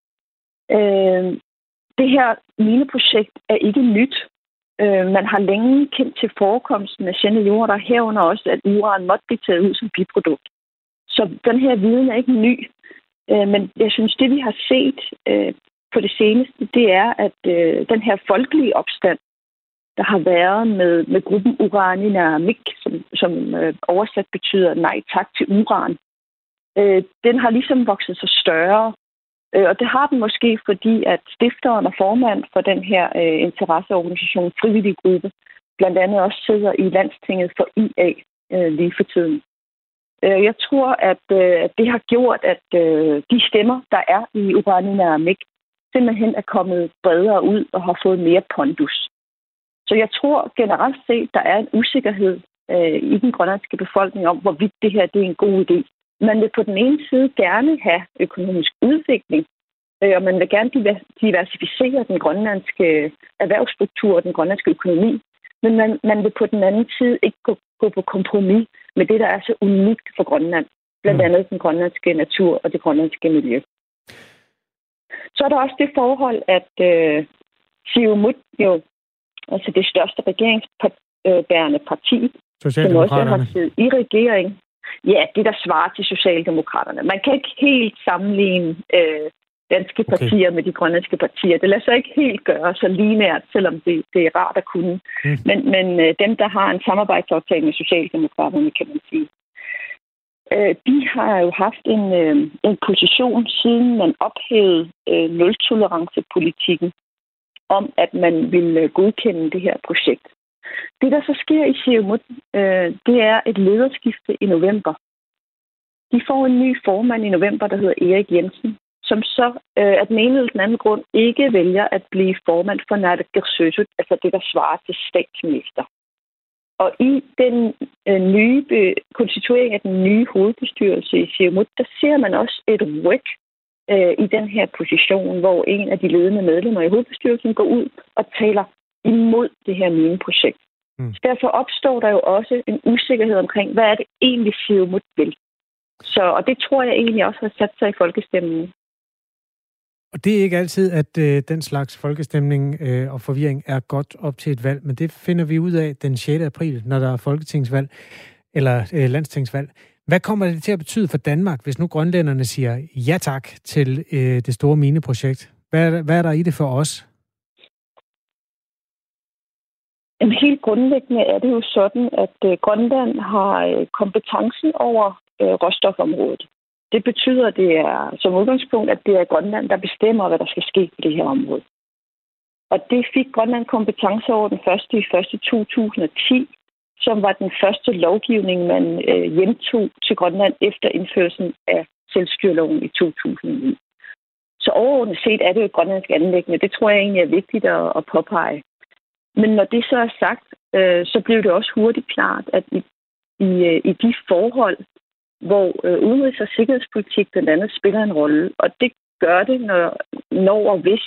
Uh, det her mineprojekt er ikke nyt. Man har længe kendt til forekomsten af sjældne jordarter, herunder også, at uran måtte blive taget ud som biprodukt. Så den her viden er ikke ny. Men jeg synes, det vi har set på det seneste, det er, at den her folkelige opstand, der har været med, med gruppen Uraninaamik, som, som oversat betyder nej tak til uran, den har ligesom vokset sig større. Og det har den måske, fordi at stifteren og formand for den her øh, interesseorganisation, frivillig gruppe, blandt andet også sidder i landstinget for I A øh, lige for tiden. Øh, jeg tror, at øh, det har gjort, at øh, de stemmer, der er i Uraninaamik, simpelthen er kommet bredere ud og har fået mere pondus. Så jeg tror generelt set, der er en usikkerhed øh, i den grønlandske befolkning om, hvorvidt det her det er en god idé. Man vil på den ene side gerne have økonomisk udvikling, og man vil gerne diversificere den grønlandske erhvervsstruktur og den grønlandske økonomi, men man, man vil på den anden side ikke gå, gå på kompromis med det, der er så unikt for Grønland, blandt andet den grønlandske natur og det grønlandske miljø. Så er der også det forhold, at øh, Siumut, jo, altså det største regeringsbærende parti, som også har siddet i regering, ja, det der svarer til Socialdemokraterne. Man kan ikke helt sammenligne øh, danske partier okay. med de grønlandske partier. Det lader sig ikke helt gøre så lineært, selvom det, det er rart at kunne. Mm. Men, men øh, dem, der har en samarbejdsaftale med Socialdemokraterne, kan man sige, øh, de har jo haft en, øh, en position, siden man ophævede øh, nul-tolerance-politikken, om at man vil godkende det her projekt. Det, der så sker i Siumut, øh, det er et lederskifte i november. De får en ny formand i november, der hedder Erik Jensen, som så øh, af den ene eller den anden grund ikke vælger at blive formand for Naalakkersuisut, altså det, der svarer til statsminister. Og i den øh, nye be- konstituering af den nye hovedbestyrelse i Siumut, der ser man også et ryg øh, i den her position, hvor en af de ledende medlemmer i hovedbestyrelsen går ud og taler imod det her mineprojekt. Mm. Så derfor opstår der jo også en usikkerhed omkring, hvad er det egentlig Siumut vil. Så, og det tror jeg egentlig også har sat sig i folkestemningen. Og det er ikke altid, at øh, den slags folkestemning øh, og forvirring er godt op til et valg, men det finder vi ud af den sjette april, når der er folketingsvalg eller øh, landstingsvalg. Hvad kommer det til at betyde for Danmark, hvis nu grønlænderne siger ja tak til øh, det store mineprojekt? Hvad er, hvad er der i det for os? Jamen, helt grundlæggende er det jo sådan, at øh, Grønland har øh, kompetencen over øh, råstofområdet. Det betyder, at det er som udgangspunkt, at det er Grønland, der bestemmer, hvad der skal ske på det her område. Og det fik Grønland kompetence over den første i første to tusind og ti, som var den første lovgivning, man øh, hjemtog til Grønland efter indførelsen af selvstyreloven i to tusind og ni. Så overordnet set er det jo et grønlandsk anliggende. Det tror jeg egentlig er vigtigt at, at påpege. Men når det så er sagt, øh, så blev det også hurtigt klart, at i, i, i de forhold, hvor øh, udenrigs- og sikkerhedspolitik blandt andet spiller en rolle, og det gør det, når, når og hvis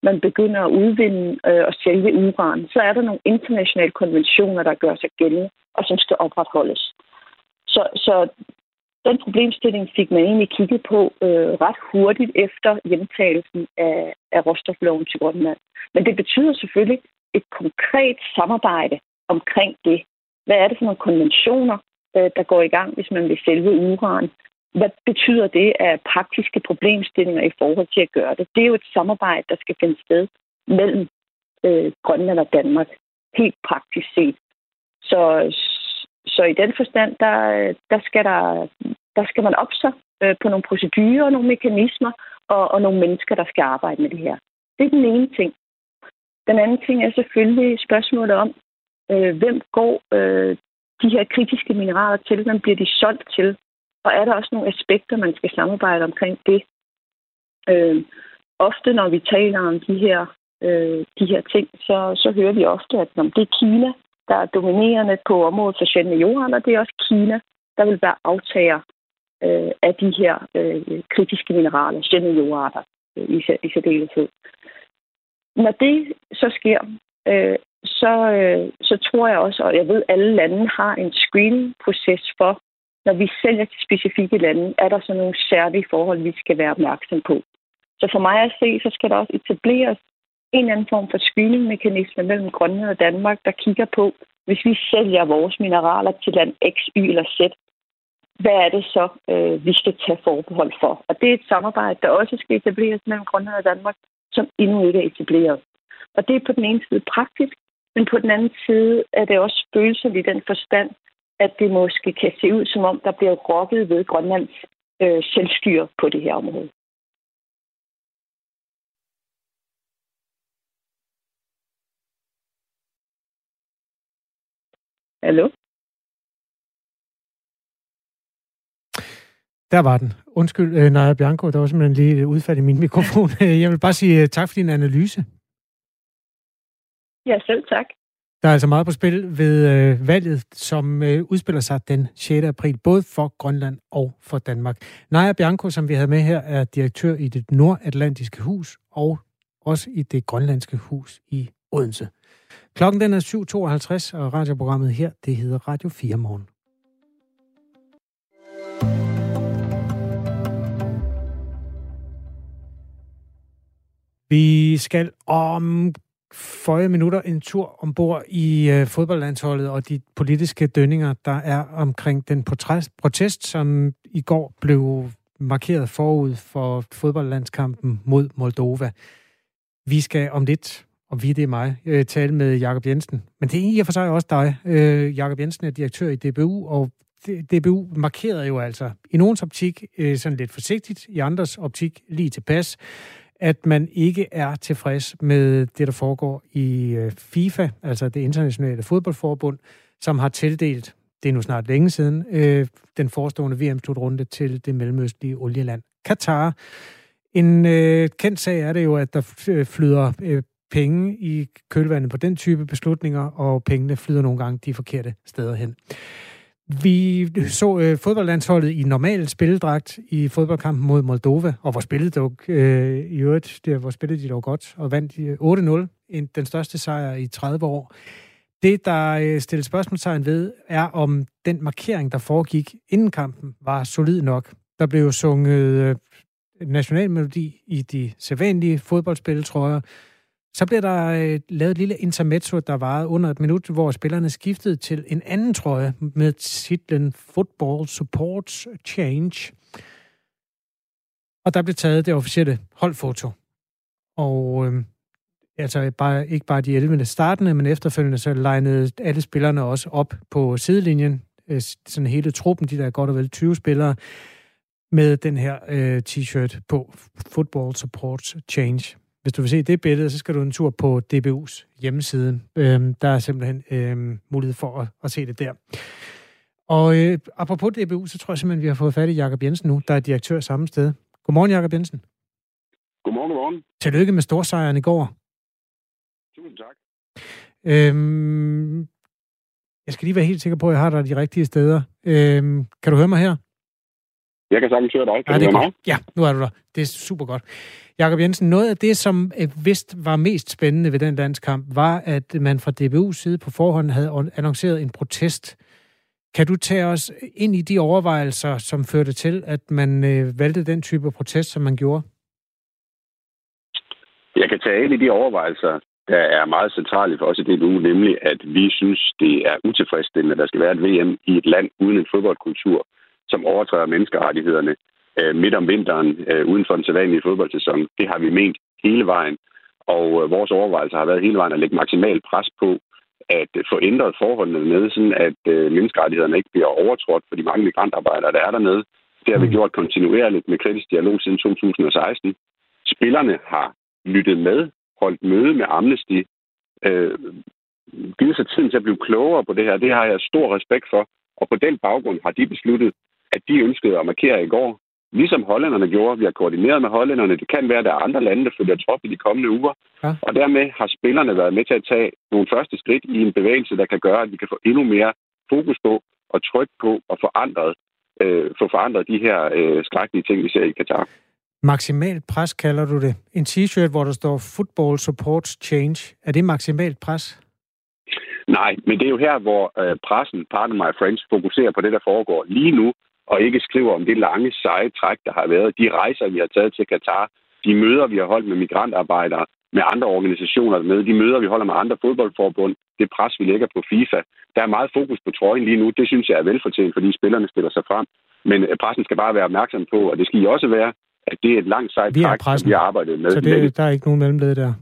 man begynder at udvinde øh, og sælge uran, så er der nogle internationale konventioner, der gør sig gældende, og som skal opretholdes. Så, så den problemstilling fik man egentlig kigget på øh, ret hurtigt efter hjemtagelsen af, af råstofloven til Grønland. Men det betyder selvfølgelig et konkret samarbejde omkring det. Hvad er det for nogle konventioner, øh, der går i gang, hvis man vil sælge uran? Hvad betyder det af praktiske problemstillinger i forhold til at gøre det? Det er jo et samarbejde, der skal finde sted mellem øh, Grønland og Danmark, helt praktisk set. Så, så i den forstand, der, der, skal, der, der skal man op sig øh, på nogle procedurer, nogle mekanismer og, og nogle mennesker, der skal arbejde med det her. Det er den ene ting. Den anden ting er selvfølgelig spørgsmålet om, øh, hvem går øh, de her kritiske mineraler til, hvem bliver de solgt til? Og er der også nogle aspekter, man skal samarbejde omkring det? Øh, ofte, når vi taler om de her, øh, de her ting, så, så hører vi ofte, at når det er Kina, der er dominerende på området for sjældne jordarter, og det er også Kina, der vil være aftager øh, af de her øh, kritiske mineraler, sjældne jordarter øh, i, i særdeleshed. Når det så sker, øh, så, øh, så tror jeg også, og jeg ved, at alle lande har en screening-proces for, når vi sælger til specifikke lande, er der så nogle særlige forhold, vi skal være opmærksom på. Så for mig at se, så skal der også etableres en anden form for screening-mekanisme mellem Grønland og Danmark, der kigger på, hvis vi sælger vores mineraler til land X, Y eller Z, hvad er det så, øh, vi skal tage forbehold for? Og det er et samarbejde, der også skal etableres mellem Grønland og Danmark, som endnu ikke er etableret. Og det er på den ene side praktisk, men på den anden side er det også følelser i den forstand, at det måske kan se ud, som om der bliver rokket ved Grønlands øh, selvstyre på det her område. Hallo? Der var den. Undskyld, øh, Naja Bjerregaard, der var simpelthen lige udfald i min mikrofon. Jeg vil bare sige tak for din analyse. Ja, selv tak. Der er altså meget på spil ved øh, valget, som øh, udspiller sig den sjette april, både for Grønland og for Danmark. Naja Bjerregaard, som vi havde med her, er direktør i det nordatlantiske hus, og også i det grønlandske hus i Odense. Klokken den er syv tooghalvtreds, og radioprogrammet her, det hedder Radio fire Morgen. Vi skal om fyrre minutter en tur ombord i øh, fodboldlandsholdet og de politiske dønninger, der er omkring den protest, som i går blev markeret forud for fodboldlandskampen mod Moldova. Vi skal om lidt, og vi det er mig, øh, tale med Jakob Jensen. Men det er i og for sig også dig. Øh, Jakob Jensen er direktør i D B U, og D B U markerede jo altså i nogens optik øh, sådan lidt forsigtigt, i andres optik lige tilpas, at man ikke er tilfreds med det, der foregår i FIFA, altså det internationale fodboldforbund, som har tildelt, det er nu snart længe siden, øh, den forestående V M-slutrunde til det mellemøstlige olieland Katar. En øh, kendt sag er det jo, at der flyder øh, penge i kølvandet på den type beslutninger, og pengene flyder nogle gange de forkerte steder hen. Vi så øh, fodboldlandsholdet i normal spilledragt i fodboldkampen mod Moldova, og hvor spillede dog øh, i øvrigt, der, hvor spillede de dog godt, og vandt øh, otte nul, en, den største sejr i tredive år. Det, der øh, stilles spørgsmålstegn ved, er om den markering, der foregik inden kampen, var solid nok. Der blev jo sunget øh, nationalmelodi i de sædvanlige fodboldspilletrøjer. Så blev der øh, lavet et lille intermezzo, der varede under et minut, hvor spillerne skiftede til en anden trøje med titlen Football Supports Change. Og der blev taget det officielle holdfoto. Og øh, altså bare, ikke bare de elleve startende, men efterfølgende så legnede alle spillerne også op på sidelinjen. Øh, sådan hele truppen, de der godt og vel tyve spillere, med den her øh, t-shirt på Football Supports Change. Hvis du vil se det billede, så skal du en tur på D B U's hjemmeside. Øhm, der er simpelthen øhm, mulighed for at, at se det der. Og øh, apropos D B U, så tror jeg simpelthen, vi har fået fat i Jakob Jensen nu, der er direktør samme sted. Godmorgen, Jakob Jensen. Godmorgen, godmorgen. Tillykke med storsejren i går. Tusind tak. Øhm, jeg skal lige være helt sikker på, at jeg har dig de rigtige steder. Øhm, kan du høre mig her? Jeg kan sagtens høre dig. Kan ja, du det er høre godt. Ja, nu er du der. Det er super godt. Jakob Jensen, noget af det, som vist var mest spændende ved den landskamp, var, at man fra D B U's side på forhånd havde annonceret en protest. Kan du tage os ind i de overvejelser, som førte til, at man øh, valgte den type protest, som man gjorde? Jeg kan tage ind i de overvejelser, der er meget centrale for os i D B U, nemlig at vi synes, det er utilfredsstillende, at der skal være et V M i et land uden en fodboldkultur, som overtræder menneskerettighederne øh, midt om vinteren øh, uden for den sædvanlige fodboldsæson. Det har vi ment hele vejen, og øh, vores overvejelser har været hele vejen at lægge maksimalt pres på at øh, få ændret forholdene med, sådan at øh, menneskerettighederne ikke bliver overtrådt for de mange migrantarbejdere, der er dernede. Det har vi gjort kontinuerligt med kritisk dialog siden to tusind og seksten. Spillerne har lyttet med, holdt møde med Amnesty, øh, givet sig tiden til at blive klogere på det her. Det har jeg stor respekt for, og på den baggrund har de besluttet, at de ønskede at markere i går, ligesom hollænderne gjorde. Vi har koordineret med hollænderne. Det kan være, at der er andre lande, der følger trop i de kommende uger. Ja. Og dermed har spillerne været med til at tage nogle første skridt i en bevægelse, der kan gøre, at vi kan få endnu mere fokus på og tryk på og forandret, øh, få forandret de her øh, skrækkelige ting, vi ser i Katar. Maksimalt pres kalder du det. En t-shirt, hvor der står Football Supports Change. Er det maksimalt pres? Nej, men det er jo her, hvor øh, pressen, pardon my French, fokuserer på det, der foregår lige nu, og ikke skriver om det lange, seje træk, der har været. De rejser, vi har taget til Katar, de møder, vi har holdt med migrantarbejdere, med andre organisationer med, de møder, vi holder med andre fodboldforbund, det pres, vi lægger på FIFA. Der er meget fokus på trøjen lige nu. Det synes jeg er velfortjent, fordi spillerne stiller sig frem. Men øh, pressen skal bare være opmærksom på, og det skal I også være, at det er et langt sejt træk, som vi har arbejdet med. Så det, der er ikke nogen mellemled der?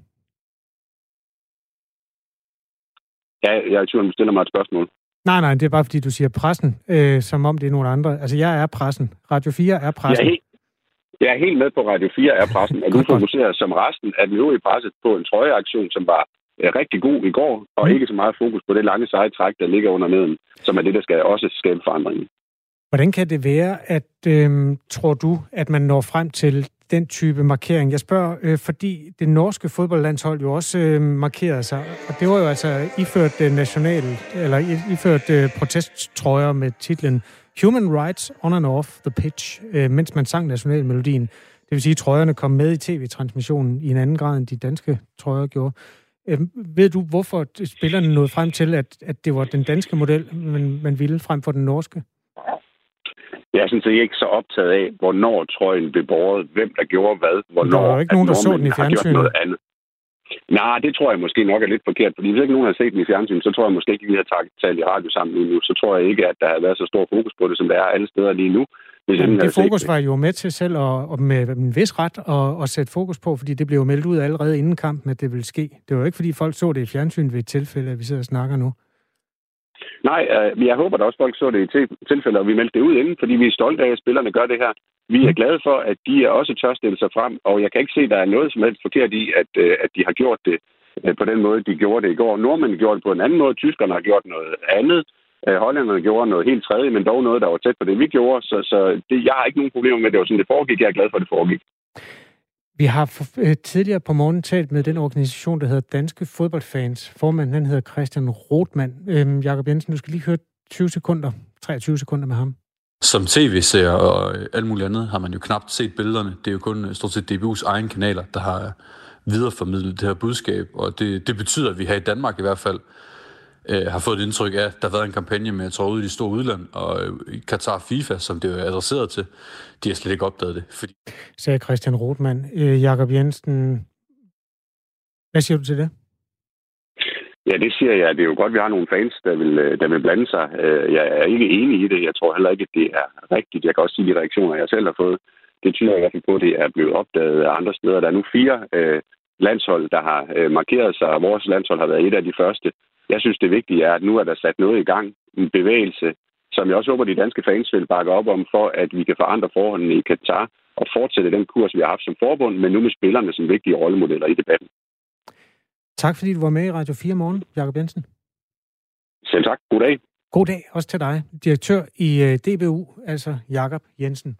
Ja, jeg er i tvivl, om du stiller mig et spørgsmål. Nej, nej, det er bare fordi, du siger pressen, øh, som om det er nogen andre. Altså, jeg er pressen. Radio fire er pressen. Jeg er helt, jeg er helt med på Radio fire er pressen, og du fokuserer som resten af den øvrige presse på en trøjeaktion, som var øh, rigtig god i går, og mm. ikke så meget fokus på det lange seje træk, der ligger under neden, som er det, der skal også skabe forandringen. Hvordan kan det være, at øh, tror du, at man når frem til den type markering? Jeg spørger, øh, fordi det norske fodboldlandshold jo også øh, markerede sig, og det var jo altså iført øh, national, eller iført øh, protesttrøjer med titlen Human Rights on and off the pitch, øh, mens man sang nationalmelodien. Det vil sige, at trøjerne kom med i tv-transmissionen i en anden grad, end de danske trøjer gjorde. Øh, ved du, hvorfor spillerne nåede frem til, at, at det var den danske model, man, man ville frem for den norske? Jeg er sådan set ikke så optaget af, hvornår trøjen blev båret, hvem der gjorde hvad, hvornår. Der var jo ikke nogen, der så den i fjernsynet. Noget andet. Nej, det tror jeg måske nok er lidt forkert, fordi hvis ikke nogen har set den i fjernsynet, så tror jeg måske ikke, at vi har talt i radio sammen lige nu. Så tror jeg ikke, at der har været så stor fokus på det, som der er alle steder lige nu. Jamen, det fokus var jo med til selv at, og med en vis ret at, at sætte fokus på, fordi det blev jo meldt ud allerede inden kampen, at det ville ske. Det var jo ikke, fordi folk så det i fjernsynet ved et tilfælde, at vi sidder og snakker nu. Nej, øh, jeg håber, at også folk så det i tilfælde, og vi meldte det ud inden, fordi vi er stolte af, at spillerne gør det her. Vi er glade for, at de er også tør stille sig frem, og jeg kan ikke se, at der er noget som helst forkert i, at, øh, at de har gjort det øh, på den måde, de gjorde det i går. Nordmændene gjorde det på en anden måde, tyskerne har gjort noget andet, øh, hollænderne gjorde noget helt tredje, men dog noget, der var tæt på det, vi gjorde. Så, så det, jeg har ikke nogen problemer med, at det var sådan, det foregik. Jeg er glad for, at det foregik. Vi har tidligere på morgenen talt med den organisation, der hedder Danske Fodboldfans. Formanden, han hedder Christian Rothmann. Øhm, Jakob Jensen, du skal lige høre tyve sekunder, treogtyve sekunder med ham. Som tv-seer og alt muligt andet har man jo knapt set billederne. Det er jo kun stort set D B U's egne kanaler, der har videreformidlet det her budskab. Og det, det betyder, at vi her i Danmark i hvert fald øh, har fået et indtryk af, at der har været en kampagne med at træde ud i de store udland, og øh, Qatar FIFA, som det er adresseret til, de har slet ikke opdaget det. Fordi... Sagde Christian Rothmann. Øh, Jakob Jensen, hvad siger du til det? Ja, det siger jeg. Det er jo godt, at vi har nogle fans, der vil, der vil blande sig. Jeg er ikke enig i det. Jeg tror heller ikke, at det er rigtigt. Jeg kan også sige, de reaktioner, jeg selv har fået, det tyder i hvert fald på, at det er blevet opdaget af andre steder. Der er nu fire øh, landshold, der har øh, markeret sig, og vores landshold har været et af de første. Jeg synes, det vigtige er, at nu er der sat noget i gang, en bevægelse, som jeg også håber, de danske fans vil bakke op om, for at vi kan forandre forholdene i Katar og fortsætte den kurs, vi har haft som forbund, men nu med spillerne som vigtige rollemodeller i debatten. Tak fordi du var med i Radio fire morgen, Jakob Jensen. Selv tak. God dag. God dag også til dig. Direktør i D B U, altså Jakob Jensen.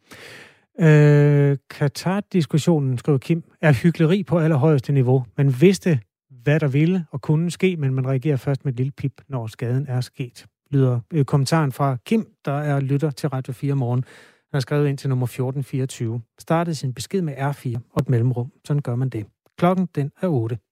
Øh, Katar-diskussionen, skriver Kim, er hykleri på allerhøjeste niveau. Man vidste, hvad der ville og kunne ske, men man reagerer først med et lille pip, når skaden er sket. Lyder øh, kommentaren fra Kim, der er lytter til Radio fire morgen. Han har skrevet ind til nummer fjorten fireogtyve. Startede sin besked med R fire og et mellemrum. Sådan gør man det. Klokken den er otte.